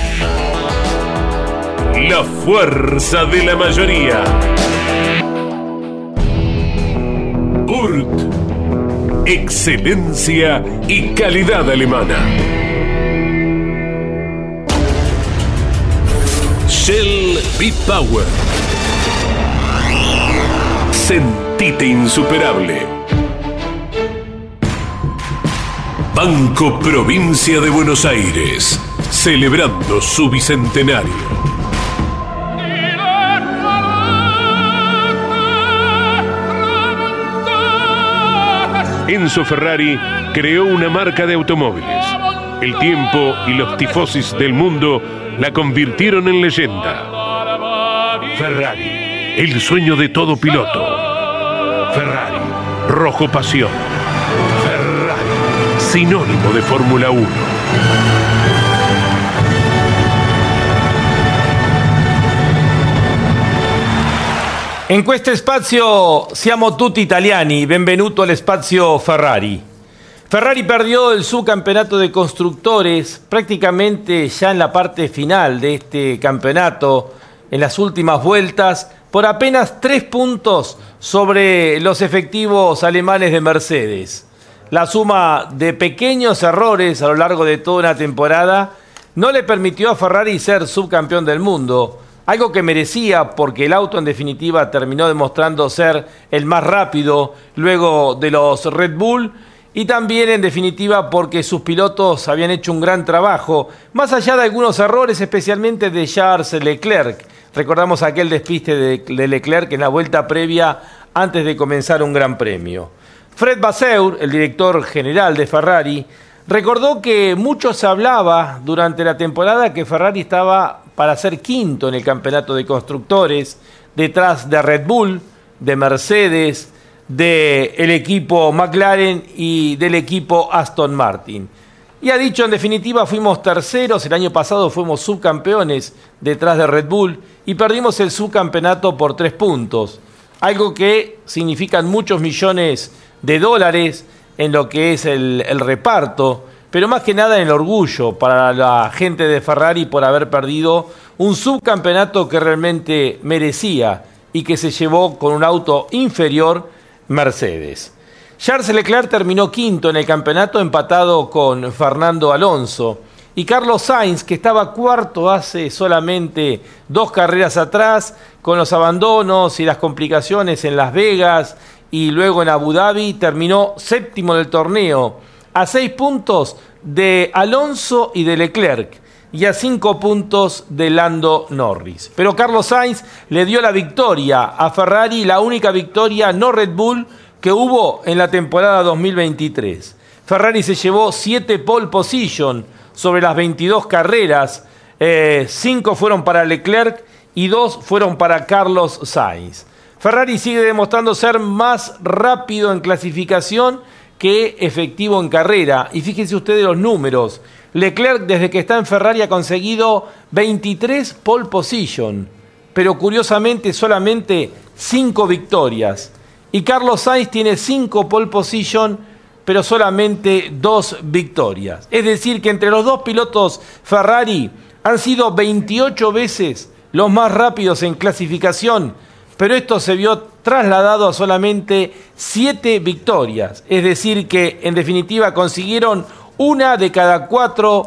La fuerza de la mayoría. Burt. Excelencia y calidad alemana. Shell V-Power. Sentite insuperable. Banco Provincia de Buenos Aires, celebrando su bicentenario. Enzo Ferrari creó una marca de automóviles. El tiempo y los tifosis del mundo la convirtieron en leyenda. Ferrari, el sueño de todo piloto. Ferrari, rojo pasión. Ferrari, sinónimo de Fórmula uno. In questo spazio siamo tutti italiani, benvenuto al spazio Ferrari. Ferrari perdió el subcampeonato de constructores prácticamente ya en la parte final de este campeonato, en las últimas vueltas, por apenas tres puntos sobre los efectivos alemanes de Mercedes. La suma de pequeños errores a lo largo de toda una temporada no le permitió a Ferrari ser subcampeón del mundo, algo que merecía porque el auto en definitiva terminó demostrando ser el más rápido luego de los Red Bull, y también en definitiva porque sus pilotos habían hecho un gran trabajo, más allá de algunos errores, especialmente de Charles Leclerc. Recordamos aquel despiste de, de Leclerc en la vuelta previa antes de comenzar un gran premio. Fred Vasseur, el director general de Ferrari, recordó que mucho se hablaba durante la temporada que Ferrari estaba para ser quinto en el campeonato de constructores, detrás de Red Bull, de Mercedes, del equipo McLaren y del equipo Aston Martin. Y ha dicho, en definitiva, fuimos terceros, el año pasado fuimos subcampeones detrás de Red Bull y perdimos el subcampeonato por tres puntos, algo que significan muchos millones de dólares en lo que es el, el reparto, pero más que nada en el orgullo para la gente de Ferrari por haber perdido un subcampeonato que realmente merecía y que se llevó con un auto inferior Mercedes. Charles Leclerc terminó quinto en el campeonato, empatado con Fernando Alonso, y Carlos Sainz, que estaba cuarto hace solamente dos carreras atrás, con los abandonos y las complicaciones en Las Vegas y luego en Abu Dhabi, terminó séptimo del torneo, a seis puntos de Alonso y de Leclerc, y a cinco puntos de Lando Norris. Pero Carlos Sainz le dio la victoria a Ferrari, la única victoria no Red Bull que hubo en la temporada dos mil veintitrés. Ferrari se llevó siete pole position sobre las veintidós carreras, eh, cinco fueron para Leclerc y dos fueron para Carlos Sainz. Ferrari sigue demostrando ser más rápido en clasificación que efectivo en carrera. Y fíjense ustedes los números. Leclerc, desde que está en Ferrari, ha conseguido veintitrés pole position, pero curiosamente solamente cinco victorias. Y Carlos Sainz tiene cinco pole position, pero solamente dos victorias. Es decir, que entre los dos pilotos Ferrari han sido veintiocho veces los más rápidos en clasificación, pero esto se vio trasladado a solamente siete victorias. Es decir, que en definitiva consiguieron una de cada cuatro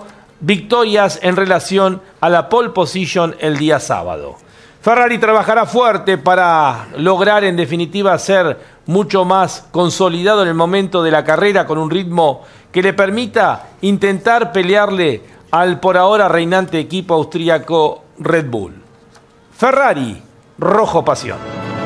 victorias en relación a la pole position el día sábado. Ferrari trabajará fuerte para lograr en definitiva ser mucho más consolidado en el momento de la carrera con un ritmo que le permita intentar pelearle al por ahora reinante equipo austríaco Red Bull. Ferrari, rojo pasión.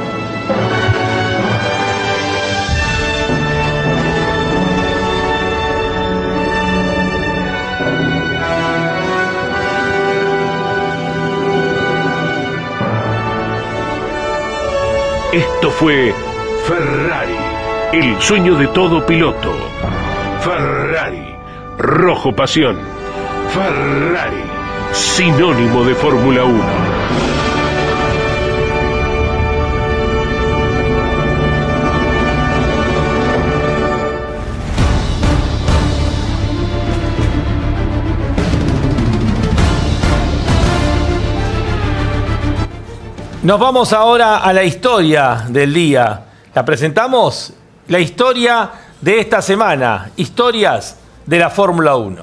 Esto fue Ferrari, el sueño de todo piloto. Ferrari, rojo pasión. Ferrari, sinónimo de Fórmula uno. Nos vamos ahora a la historia del día. La presentamos, la historia de esta semana, historias de la Fórmula uno.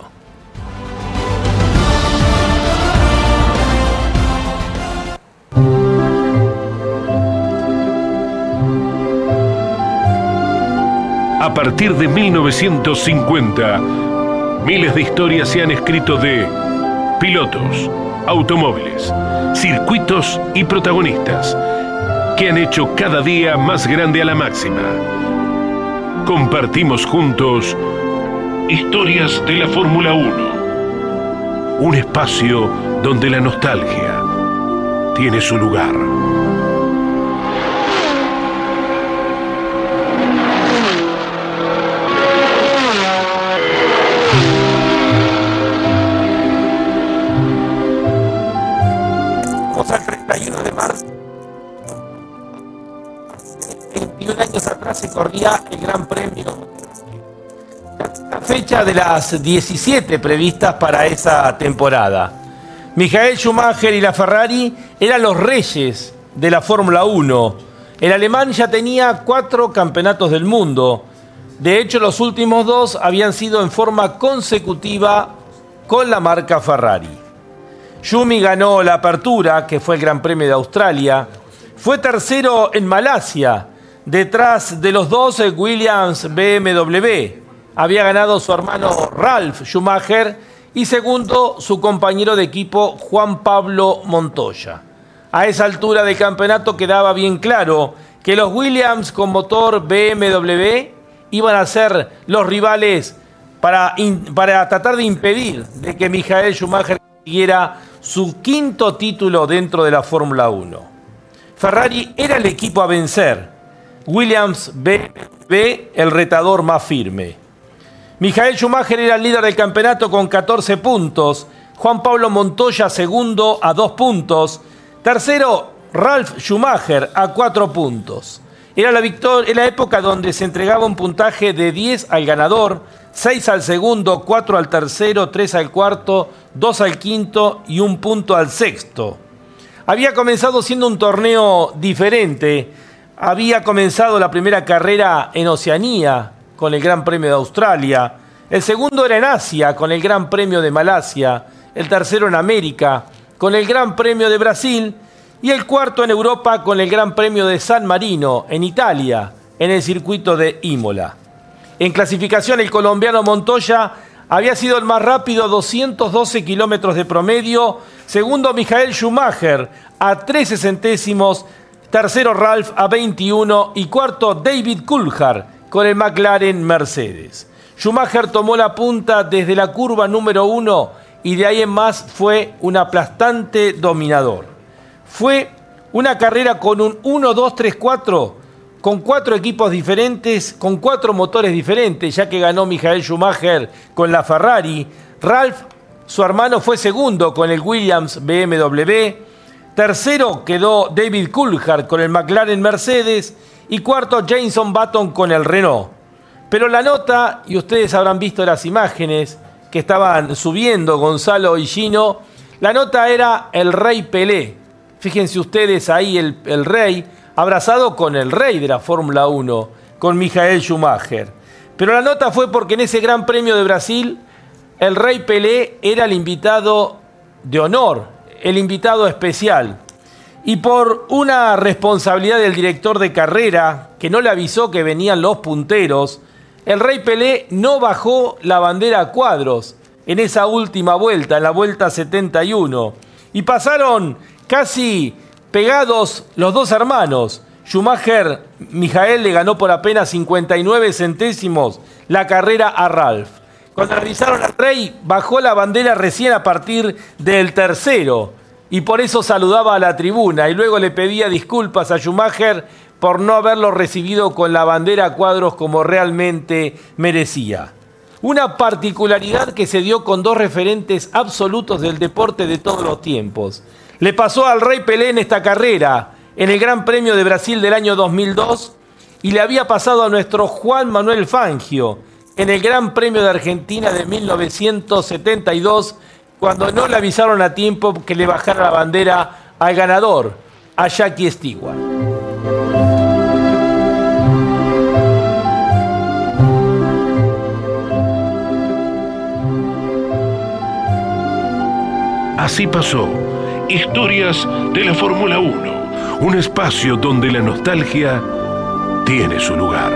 A partir de mil novecientos cincuenta, miles de historias se han escrito de pilotos, automóviles, circuitos y protagonistas que han hecho cada día más grande a la máxima. Compartimos juntos historias de la Fórmula uno, un espacio donde la nostalgia tiene su lugar. Al treinta y uno de marzo, veintiún años atrás se corría el Gran Premio. La fecha de las diecisiete previstas para esa temporada. Michael Schumacher y la Ferrari eran los reyes de la Fórmula uno. El alemán ya tenía cuatro campeonatos del mundo. De hecho, los últimos dos habían sido en forma consecutiva con la marca Ferrari. Schumi ganó la Apertura, que fue el Gran Premio de Australia. Fue tercero en Malasia, detrás de los dos Williams B M W. Había ganado su hermano Ralf Schumacher y segundo su compañero de equipo Juan Pablo Montoya. A esa altura del campeonato quedaba bien claro que los Williams con motor B M W iban a ser los rivales para, in, para tratar de impedir de que Michael Schumacher consiguiera su quinto título dentro de la Fórmula uno. Ferrari era el equipo a vencer. Williams B M W el retador más firme. Michael Schumacher era el líder del campeonato con catorce puntos. Juan Pablo Montoya segundo a dos puntos. Tercero, Ralf Schumacher a cuatro puntos. Era la, victor- era la época donde se entregaba un puntaje de diez al ganador, seis al segundo, cuatro al tercero, tres al cuarto, dos al quinto y un punto al sexto. Había comenzado siendo un torneo diferente. Había comenzado la primera carrera en Oceanía con el Gran Premio de Australia. El segundo era en Asia con el Gran Premio de Malasia. El tercero en América con el Gran Premio de Brasil. Y el cuarto en Europa con el Gran Premio de San Marino en Italia, en el circuito de Imola. En clasificación, el colombiano Montoya había sido el más rápido, doscientos doce kilómetros de promedio. Segundo, Michael Schumacher a trece centésimos. Tercero, Ralf a veintiuno. Y cuarto, David Coulthard con el McLaren Mercedes. Schumacher tomó la punta desde la curva número uno y de ahí en más fue un aplastante dominador. Fue una carrera con un uno, dos, tres, cuatro, con cuatro equipos diferentes, con cuatro motores diferentes, ya que ganó Michael Schumacher con la Ferrari. Ralf, su hermano, fue segundo con el Williams B M W. Tercero quedó David Coulthard con el McLaren Mercedes. Y cuarto, Jenson Button con el Renault. Pero la nota, y ustedes habrán visto las imágenes que estaban subiendo Gonzalo y Gino, la nota era el Rey Pelé. Fíjense ustedes ahí el, el rey abrazado con el rey de la Fórmula uno, con Michael Schumacher. Pero la nota fue porque en ese Gran Premio de Brasil el Rey Pelé era el invitado de honor, el invitado especial. Y por una responsabilidad del director de carrera, que no le avisó que venían los punteros, el Rey Pelé no bajó la bandera a cuadros en esa última vuelta, en la vuelta setenta y uno. Y pasaron casi pegados los dos hermanos. Schumacher, Michael, le ganó por apenas cincuenta y nueve centésimos la carrera a Ralf. Cuando avisaron al Rey, bajó la bandera recién a partir del tercero. Y por eso saludaba a la tribuna. Y luego le pedía disculpas a Schumacher por no haberlo recibido con la bandera a cuadros como realmente merecía. Una particularidad que se dio con dos referentes absolutos del deporte de todos los tiempos. Le pasó al Rey Pelé en esta carrera, en el Gran Premio de Brasil del año dos mil dos, y le había pasado a nuestro Juan Manuel Fangio en el Gran Premio de Argentina de mil novecientos setenta y dos, cuando no le avisaron a tiempo que le bajara la bandera al ganador, a Jackie Stewart. Así pasó. Historias de la Fórmula uno. Un espacio donde la nostalgia tiene su lugar.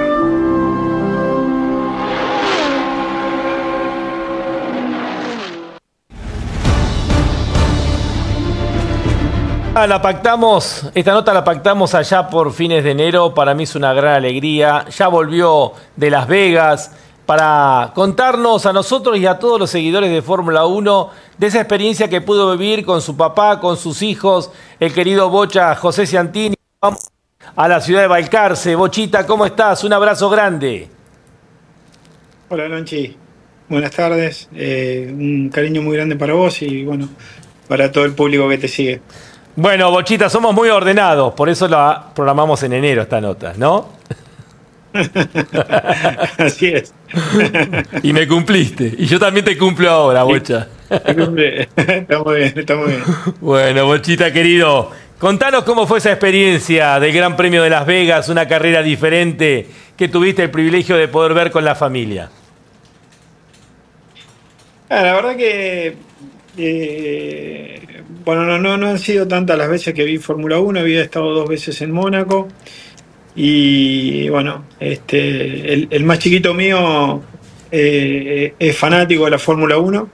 La pactamos, esta nota la pactamos allá por fines de enero. Para mí es una gran alegría. Ya volvió de Las Vegas para contarnos a nosotros y a todos los seguidores de Fórmula uno de esa experiencia que pudo vivir con su papá, con sus hijos, el querido Bocha José Ciantini. Vamos a la ciudad de Balcarce. Bochita, ¿cómo estás? Un abrazo grande. Hola, Lonchi. Buenas tardes. Eh, un cariño muy grande para vos y, bueno, para todo el público que te sigue. Bueno, Bochita, somos muy ordenados, por eso la programamos en enero esta nota, ¿no? Así es. Y me cumpliste. Y yo también te cumplo ahora, Bocha. Está muy bien, está muy bien. Bueno, Bochita, querido, contanos cómo fue esa experiencia del Gran Premio de Las Vegas, una carrera diferente que tuviste el privilegio de poder ver con la familia. Ah, la verdad que eh, bueno, no, no, no han sido tantas las veces que vi Fórmula uno. Había estado dos veces en Mónaco. Y bueno, este, el, el más chiquito mío eh, es fanático de la Fórmula uno.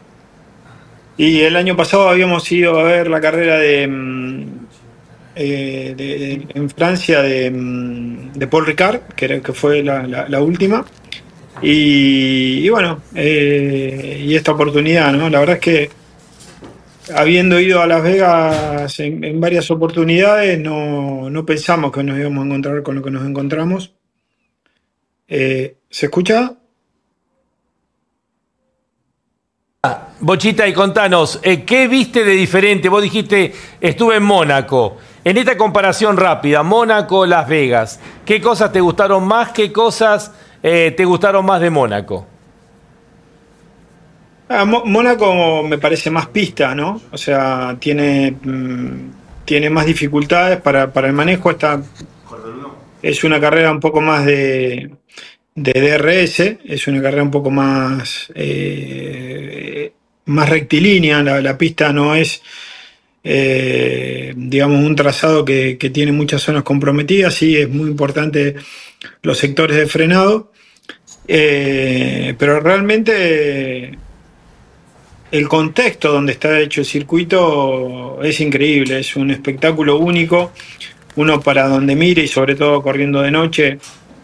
Y el año pasado habíamos ido a ver la carrera de, eh, de, de en Francia de, de Paul Ricard, que, era, que fue la, la, la última. Y, y bueno, eh, y esta oportunidad, ¿no? La verdad es que habiendo ido a Las Vegas en, en varias oportunidades, no, no pensamos que nos íbamos a encontrar con lo que nos encontramos. Eh, ¿Se escucha? Bochita, y contanos, eh, ¿qué viste de diferente? Vos dijiste, estuve en Mónaco. En esta comparación rápida, Mónaco-Las Vegas, ¿qué cosas te gustaron más? ¿Qué cosas eh, te gustaron más de Mónaco? Ah, Mónaco me parece más pista, ¿no? O sea, tiene, mmm, tiene más dificultades para, para el manejo. Esta es una carrera un poco más de, de D R S, es una carrera un poco más, eh, más rectilínea. La, la pista no es, eh, digamos, un trazado que, que tiene muchas zonas comprometidas. Sí, es muy importante los sectores de frenado, eh, pero realmente el contexto donde está hecho el circuito es increíble, es un espectáculo único. Uno para donde mire, y sobre todo corriendo de noche,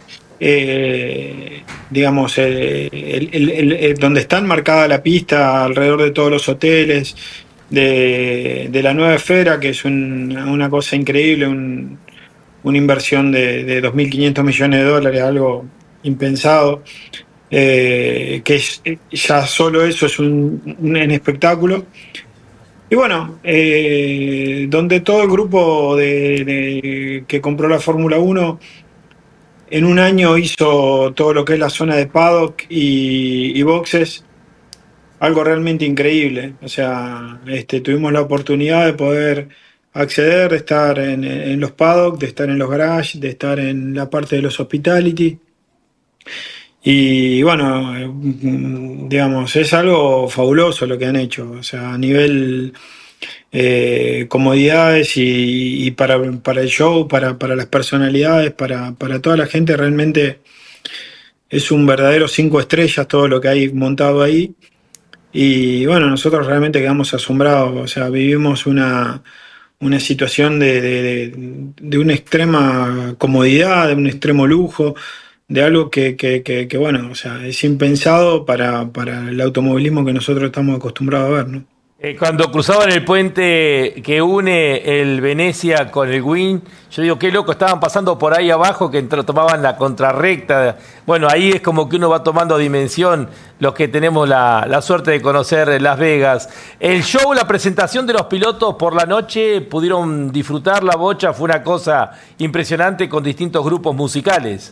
eh, digamos, eh, el, el, el, el, donde está enmarcada la pista, alrededor de todos los hoteles, de, de la nueva esfera, que es un, una cosa increíble, un, una inversión de, de dos mil quinientos millones de dólares, algo impensado. Eh, que es, ya solo eso es un, un espectáculo. Y bueno, eh, donde todo el grupo de, de, que compró la Fórmula uno en un año hizo todo lo que es la zona de paddock y, y boxes, algo realmente increíble. O sea, este, tuvimos la oportunidad de poder acceder, de estar en, en los paddock, de estar en los garages, de estar en la parte de los hospitality. y bueno, digamos, es algo fabuloso lo que han hecho, o sea, a nivel eh, comodidades y, y para, para el show, para, para las personalidades, para, para toda la gente, realmente es un verdadero cinco estrellas todo lo que hay montado ahí. Y bueno, nosotros realmente quedamos asombrados, o sea, vivimos una, una situación de, de, de, de una extrema comodidad, de un extremo lujo, de algo que, que, que, que bueno, o sea, es impensado para, para el automovilismo que nosotros estamos acostumbrados a ver, ¿no? Eh, cuando cruzaban el puente que une el Venecia con el Win, yo digo, qué loco, estaban pasando por ahí abajo que entro, tomaban la contrarrecta. Bueno, ahí es como que uno va tomando dimensión, los que tenemos la, la suerte de conocer Las Vegas. El show, la presentación de los pilotos por la noche, pudieron disfrutar la bocha, fue una cosa impresionante con distintos grupos musicales.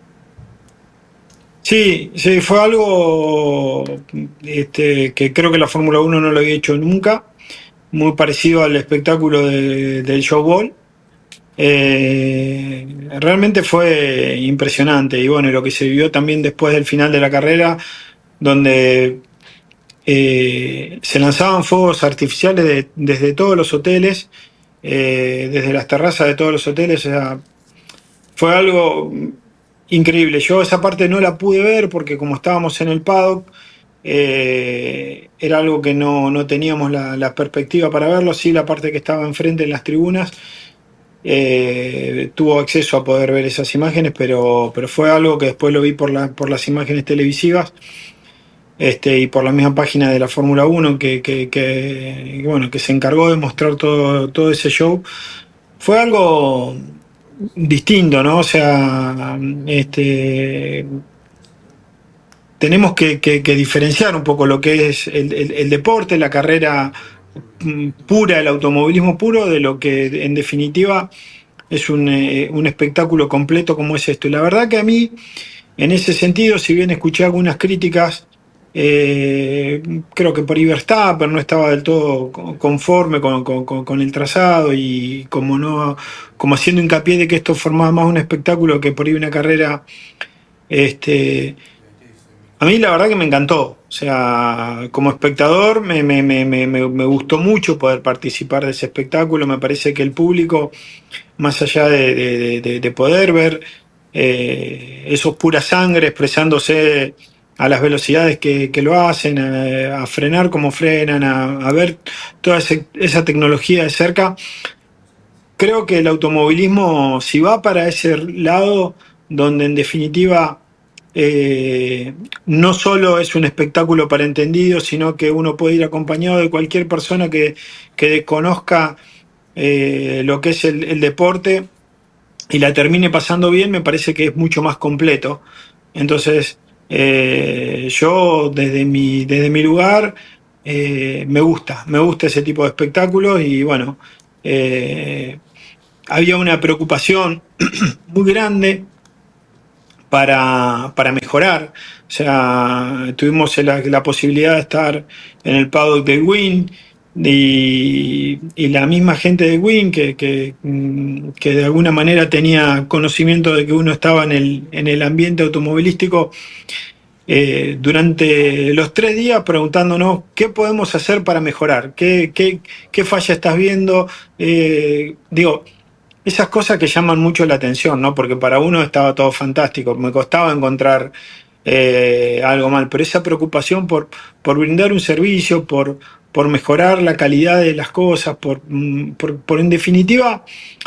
Sí, sí, fue algo este, que creo que la Fórmula uno no lo había hecho nunca, muy parecido al espectáculo de, del Showball. Eh, realmente fue impresionante y bueno, lo que se vivió también después del final de la carrera, donde eh, se lanzaban fuegos artificiales de, desde todos los hoteles, eh, desde las terrazas de todos los hoteles, o sea, fue algo increíble. Yo esa parte no la pude ver porque como estábamos en el paddock, eh, era algo que no, no teníamos la, la perspectiva para verlo. Sí, la parte que estaba enfrente en las tribunas eh, tuvo acceso a poder ver esas imágenes, pero, pero fue algo que después lo vi por, la, por las imágenes televisivas este, y por la misma página de la Fórmula uno que, que, que, bueno, que se encargó de mostrar todo, todo ese show. Fue algo distinto, ¿no? O sea, este, tenemos que, que, que diferenciar un poco lo que es el, el, el deporte, la carrera pura, el automovilismo puro, de lo que en definitiva es un, eh, un espectáculo completo como es esto. Y la verdad que a mí, en ese sentido, si bien escuché algunas críticas, Eh, creo que por Verstappen no estaba del todo conforme con, con, con el trazado y como no como haciendo hincapié de que esto formaba más un espectáculo que por ahí una carrera. Este, a mí la verdad que me encantó, o sea, como espectador me, me, me, me, me gustó mucho poder participar de ese espectáculo. Me parece que el público, más allá de, de, de, de poder ver eh, esos pura sangre expresándose a las velocidades que, que lo hacen, a, a frenar como frenan, a, a ver toda ese, esa tecnología de cerca. Creo que el automovilismo, si va para ese lado, donde en definitiva eh, no solo es un espectáculo para entendidos, sino que uno puede ir acompañado de cualquier persona que, que conozca eh, lo que es el, el deporte y la termine pasando bien, me parece que es mucho más completo. Entonces, Eh, yo desde mi, desde mi lugar eh, me gusta, me gusta ese tipo de espectáculos y bueno, eh, había una preocupación muy grande para, para mejorar. O sea, tuvimos la, la posibilidad de estar en el paddock del Win y, y la misma gente de Win que, que, que de alguna manera tenía conocimiento de que uno estaba en el, en el ambiente automovilístico eh, durante los tres días preguntándonos qué podemos hacer para mejorar, qué, qué, qué falla estás viendo. Eh, digo, esas cosas que llaman mucho la atención, ¿no? Porque para uno estaba todo fantástico, me costaba encontrar eh, algo mal, pero esa preocupación por, por brindar un servicio, por, por mejorar la calidad de las cosas, por, por, por en definitiva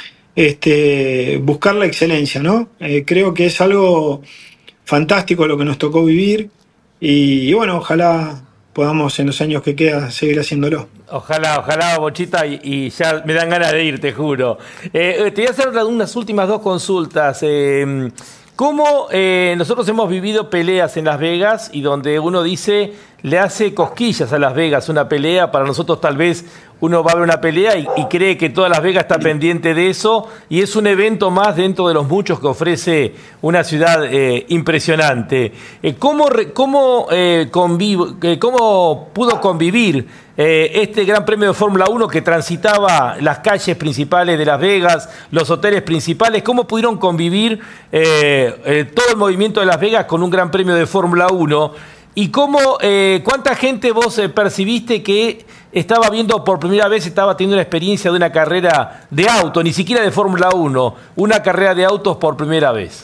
este, buscar la excelencia, ¿no? Eh, creo que es algo fantástico lo que nos tocó vivir y, y bueno, ojalá podamos en los años que quedan seguir haciéndolo. Ojalá, ojalá, Bochita, y, y ya me dan ganas de ir, te juro. Eh, te voy a hacer unas últimas dos consultas. Eh, ¿Cómo eh, nosotros hemos vivido peleas en Las Vegas y donde uno dice le hace cosquillas a Las Vegas una pelea. Para nosotros tal vez uno va a ver una pelea y, y cree que toda Las Vegas está pendiente de eso, y es un evento más dentro de los muchos que ofrece una ciudad eh, impresionante. Eh, ¿Cómo, cómo, eh, conviv, eh, ¿Cómo pudo convivir eh, este Gran Premio de Fórmula uno que transitaba las calles principales de Las Vegas, los hoteles principales? ¿Cómo pudieron convivir eh, eh, todo el movimiento de Las Vegas con un Gran Premio de Fórmula uno? ¿Y cómo, eh, cuánta gente vos eh, percibiste que estaba viendo por primera vez, estaba teniendo una experiencia de una carrera de auto, ni siquiera de Fórmula uno, una carrera de autos por primera vez?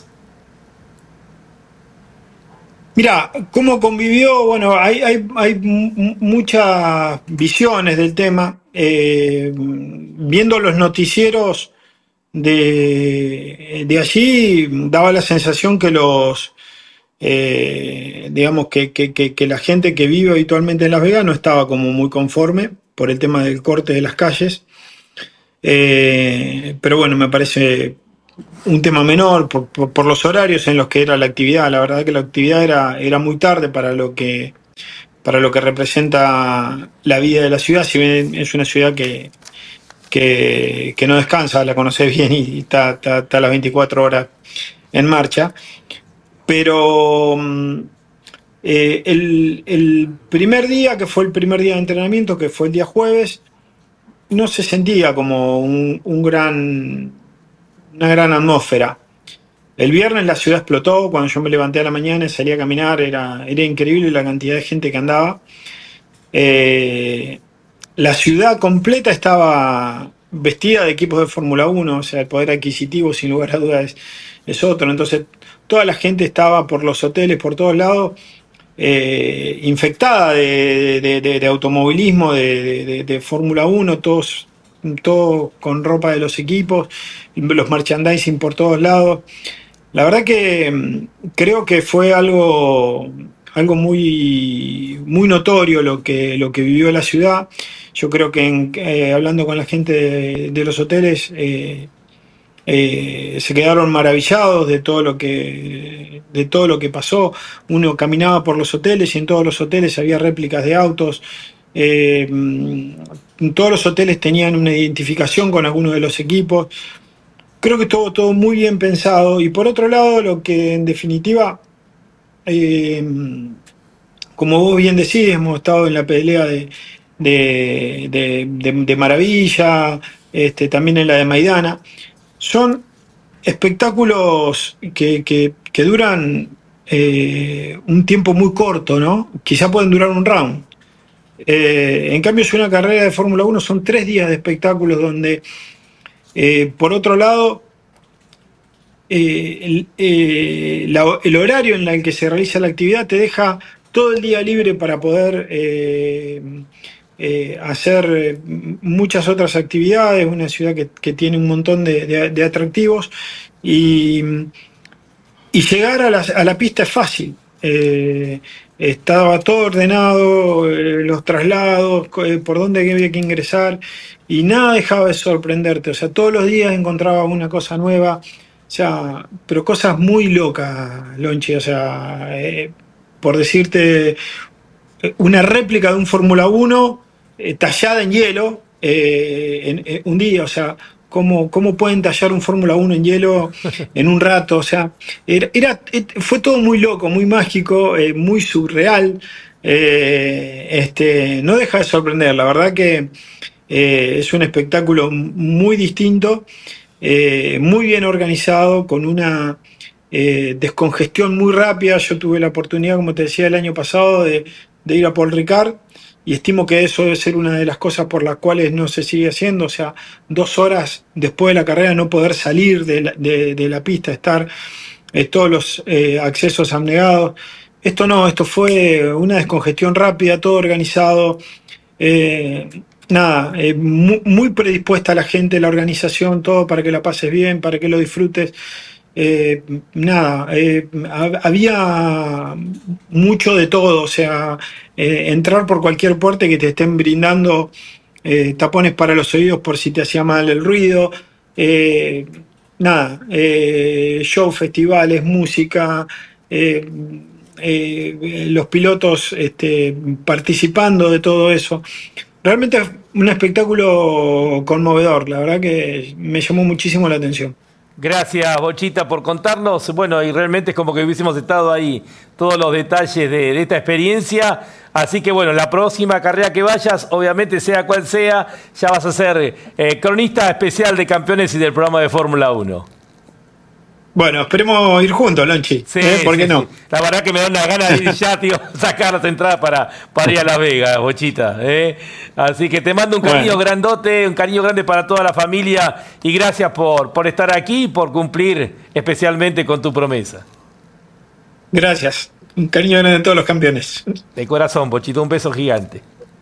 Mira, ¿cómo convivió? Bueno, hay, hay, hay m- muchas visiones del tema. Eh, viendo los noticieros de, de allí, daba la sensación que los... Eh, digamos que, que, que, que la gente que vive habitualmente en Las Vegas no estaba como muy conforme por el tema del corte de las calles, eh, pero bueno, me parece un tema menor por, por, por los horarios en los que era la actividad. La verdad que la actividad era, era muy tarde para lo que para lo que representa la vida de la ciudad, si bien es una ciudad que, que, que no descansa, la conocés bien y está, está, está a las veinticuatro horas en marcha. Pero eh, el, el primer día, que fue el primer día de entrenamiento, que fue el día jueves, no se sentía como un, un gran, una gran atmósfera. El viernes la ciudad explotó. Cuando yo me levanté a la mañana y salí a caminar, era, era increíble la cantidad de gente que andaba. Eh, la ciudad completa estaba vestida de equipos de Fórmula uno, o sea, el poder adquisitivo sin lugar a dudas es, es otro. Entonces toda la gente estaba por los hoteles, por todos lados, eh, infectada de, de, de, de automovilismo, de, de, de Fórmula uno, todos, todos con ropa de los equipos, los merchandising por todos lados. La verdad que creo que fue algo, algo muy, muy notorio lo que, lo que vivió la ciudad. Yo creo que en, eh, hablando con la gente de, de los hoteles, eh, Eh, se quedaron maravillados de todo lo que de todo lo que pasó. Uno caminaba por los hoteles y en todos los hoteles había réplicas de autos. Eh, todos los hoteles tenían una identificación con alguno de los equipos. Creo que estuvo todo muy bien pensado. Y por otro lado, lo que en definitiva, eh, como vos bien decís, hemos estado en la pelea de, de, de, de, de Maravilla, este, también en la de Maidana. Son espectáculos que, que, que duran eh, un tiempo muy corto, ¿no? Quizá pueden durar un round. Eh, en cambio, si una carrera de Fórmula uno son tres días de espectáculos donde, eh, por otro lado, eh, el, eh, la, el horario en el que se realiza la actividad te deja todo el día libre para poder eh, Eh, hacer eh, muchas otras actividades. Una ciudad que, que tiene un montón de, de, de atractivos y, y llegar a la, a la pista es fácil. Eh, estaba todo ordenado, eh, los traslados, eh, por dónde había que ingresar, y nada dejaba de sorprenderte. O sea, todos los días encontraba una cosa nueva, o sea, pero cosas muy locas, Lonchi. O sea, eh, por decirte, una réplica de un Fórmula uno eh, tallada en hielo eh, en, en un día. O sea, ¿cómo, cómo pueden tallar un Fórmula uno en hielo en un rato? O sea, era, era, fue todo muy loco, muy mágico, eh, muy surreal. Eh, este, no deja de sorprender. La verdad que eh, es un espectáculo muy distinto, eh, muy bien organizado, con una eh, descongestión muy rápida. Yo tuve la oportunidad, como te decía, el año pasado de de ir a Paul Ricard, y estimo que eso debe ser una de las cosas por las cuales no se sigue haciendo. O sea, dos horas después de la carrera no poder salir de la, de, de la pista, estar eh, todos los eh, accesos abnegados. Esto no, esto fue una descongestión rápida, todo organizado. Eh, nada, eh, muy, muy predispuesta la gente, la organización, todo para que la pases bien, para que lo disfrutes. Eh, nada, eh, había mucho de todo. O sea, eh, entrar por cualquier puerta que te estén brindando eh, tapones para los oídos por si te hacía mal el ruido. Eh, nada, eh, show, festivales, música, eh, eh, los pilotos este, participando de todo eso. Realmente es un espectáculo conmovedor, la verdad que me llamó muchísimo la atención. Gracias, Bochita, por contarnos. Bueno, y realmente es como que hubiésemos estado ahí, todos los detalles de, de esta experiencia. Así que bueno, la próxima carrera que vayas, obviamente sea cual sea, ya vas a ser eh, cronista especial de campeones y del programa de Fórmula uno. Bueno, esperemos ir juntos, Lonchi. Sí, ¿Eh? ¿Por qué sí, no? Sí. La verdad que me da una gana de ir ya, tío, sacar las entradas para, para ir a Las Vegas, Bochita. ¿eh? Así que te mando un cariño bueno. grandote, un cariño grande para toda la familia y gracias por, por estar aquí y por cumplir especialmente con tu promesa. Gracias. Un cariño grande a todos los campeones. De corazón, Bochita, un beso gigante.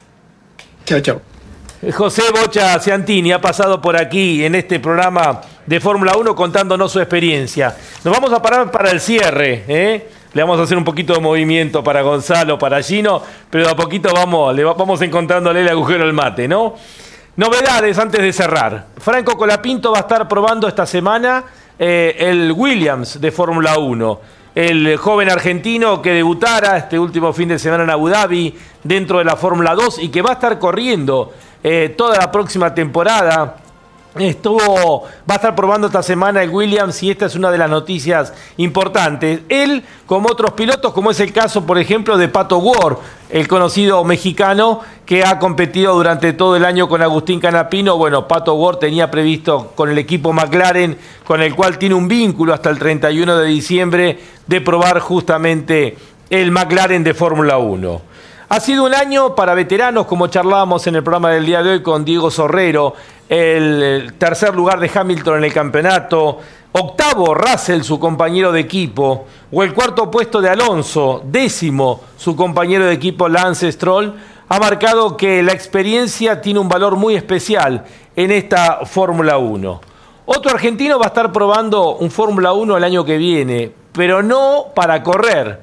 Chao, chao. José Bocha Ciantini ha pasado por aquí en este programa de Fórmula uno contándonos su experiencia. Nos vamos a parar para el cierre, ¿eh? Le vamos a hacer un poquito de movimiento para Gonzalo, para Gino, pero de a poquito vamos, le vamos encontrándole el agujero al mate, ¿no? Novedades antes de cerrar. Franco Colapinto va a estar probando esta semana eh, el Williams de Fórmula uno. El joven argentino que debutara este último fin de semana en Abu Dhabi dentro de la Fórmula dos y que va a estar corriendo eh, toda la próxima temporada. Estuvo, va a estar probando esta semana el Williams y esta es una de las noticias importantes. Él, como otros pilotos, como es el caso, por ejemplo, de Pato Ward, el conocido mexicano que ha competido durante todo el año con Agustín Canapino. Bueno, Pato Ward tenía previsto con el equipo McLaren, con el cual tiene un vínculo hasta el treinta y uno de diciembre, de probar justamente el McLaren de Fórmula uno. Ha sido un año para veteranos, como charlábamos en el programa del día de hoy con Diego Sorrero, el tercer lugar de Hamilton en el campeonato, octavo Russell, su compañero de equipo, o el cuarto puesto de Alonso, décimo su compañero de equipo Lance Stroll, ha marcado que la experiencia tiene un valor muy especial en esta Fórmula uno. Otro argentino va a estar probando un Fórmula uno el año que viene, pero no para correr.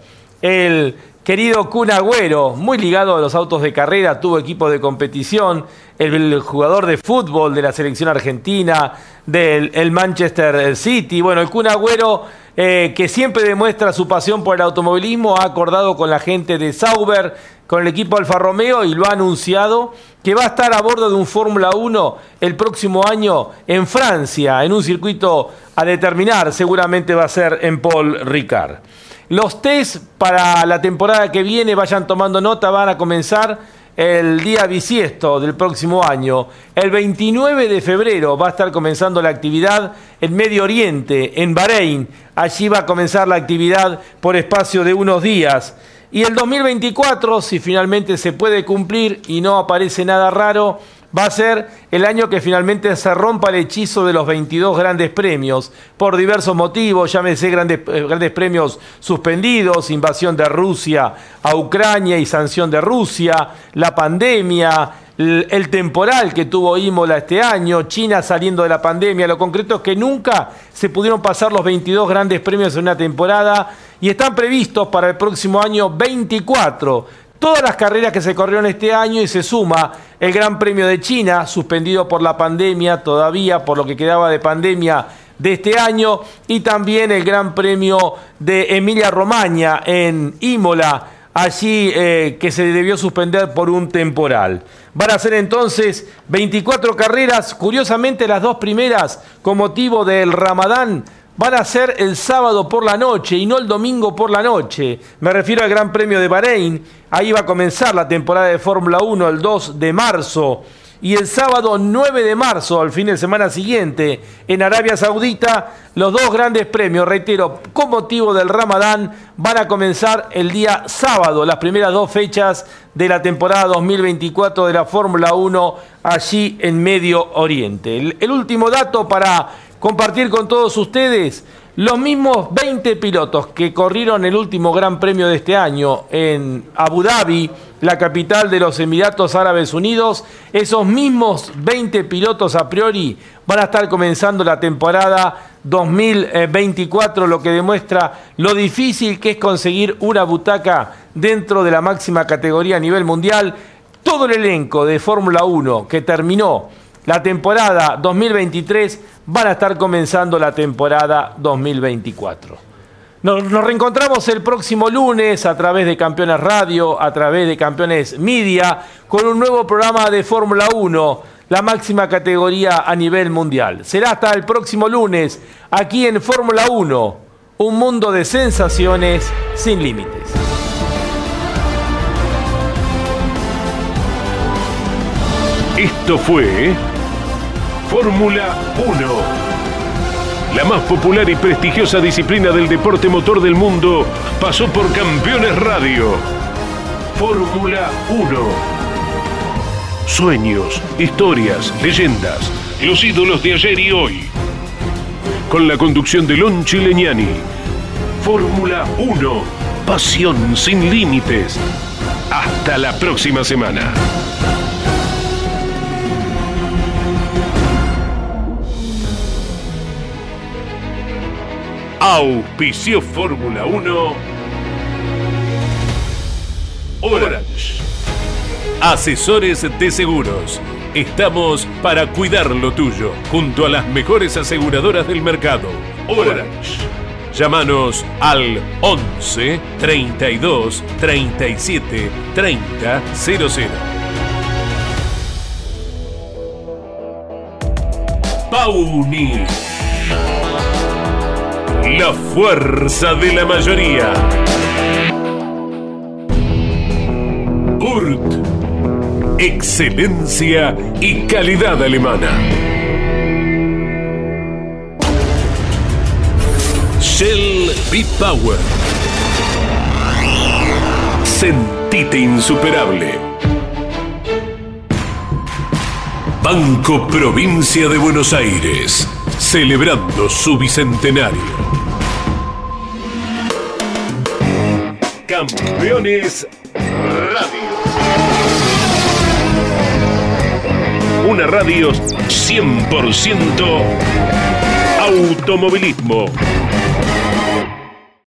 El querido Kun Agüero, muy ligado a los autos de carrera, tuvo equipo de competición, el, el jugador de fútbol de la selección argentina, del el Manchester City. Bueno, el Kun Agüero, eh, que siempre demuestra su pasión por el automovilismo, ha acordado con la gente de Sauber, con el equipo Alfa Romeo, y lo ha anunciado que va a estar a bordo de un Fórmula uno el próximo año en Francia, en un circuito a determinar, seguramente va a ser en Paul Ricard. Los test para la temporada que viene, vayan tomando nota, van a comenzar el día bisiesto del próximo año. El veintinueve de febrero va a estar comenzando la actividad en Medio Oriente, en Bahrein. Allí va a comenzar la actividad por espacio de unos días. Y el dos mil veinticuatro, si finalmente se puede cumplir y no aparece nada raro, va a ser el año que finalmente se rompa el hechizo de los veintidós grandes premios, por diversos motivos, llámese grandes, eh, grandes premios suspendidos, invasión de Rusia a Ucrania y sanción de Rusia, la pandemia, el, el temporal que tuvo Imola este año, China saliendo de la pandemia. Lo concreto es que nunca se pudieron pasar los veintidós grandes premios en una temporada y están previstos para el próximo año veinticuatro. Todas las carreras que se corrieron este año y se suma el Gran Premio de China, suspendido por la pandemia todavía, por lo que quedaba de pandemia de este año, y también el Gran Premio de Emilia-Romagna en Imola, allí eh, que se debió suspender por un temporal. Van a ser entonces veinticuatro carreras, curiosamente las dos primeras con motivo del Ramadán, van a ser el sábado por la noche y no el domingo por la noche. Me refiero al Gran Premio de Bahrein. Ahí va a comenzar la temporada de Fórmula uno el dos de marzo. Y el sábado nueve de marzo, al fin de semana siguiente, en Arabia Saudita, los dos grandes premios, reitero, con motivo del Ramadán, van a comenzar el día sábado, las primeras dos fechas de la temporada dos mil veinticuatro de la Fórmula uno, allí en Medio Oriente. El, el último dato para compartir con todos ustedes, los mismos veinte pilotos que corrieron el último Gran Premio de este año en Abu Dhabi, la capital de los Emiratos Árabes Unidos, esos mismos veinte pilotos a priori van a estar comenzando la temporada dos mil veinticuatro, lo que demuestra lo difícil que es conseguir una butaca dentro de la máxima categoría a nivel mundial. Todo el elenco de Fórmula uno que terminó la temporada dos mil veintitrés van a estar comenzando la temporada dos mil veinticuatro. Nos, nos reencontramos el próximo lunes a través de Campeones Radio, a través de Campeones Media, con un nuevo programa de Fórmula uno, la máxima categoría a nivel mundial. Será hasta el próximo lunes, aquí en Fórmula uno, un mundo de sensaciones sin límites. Esto fue Fórmula uno. La más popular y prestigiosa disciplina del deporte motor del mundo pasó por Campeones Radio. Fórmula uno. Sueños, historias, leyendas, los ídolos de ayer y hoy. Con la conducción de Lon Chileñani. Fórmula uno. Pasión sin límites. Hasta la próxima semana. Auspició Fórmula uno Orange. Asesores de seguros. Estamos para cuidar lo tuyo, junto a las mejores aseguradoras del mercado. Orange. Llámanos al once, treinta y dos, treinta y siete, treinta, cero cero. Pauni. La fuerza de la mayoría. Urt. Excelencia y calidad alemana. Shell V-Power. Sentite insuperable. Banco Provincia de Buenos Aires. Celebrando su bicentenario. Campeones Radio. Una radio cien por ciento automovilismo.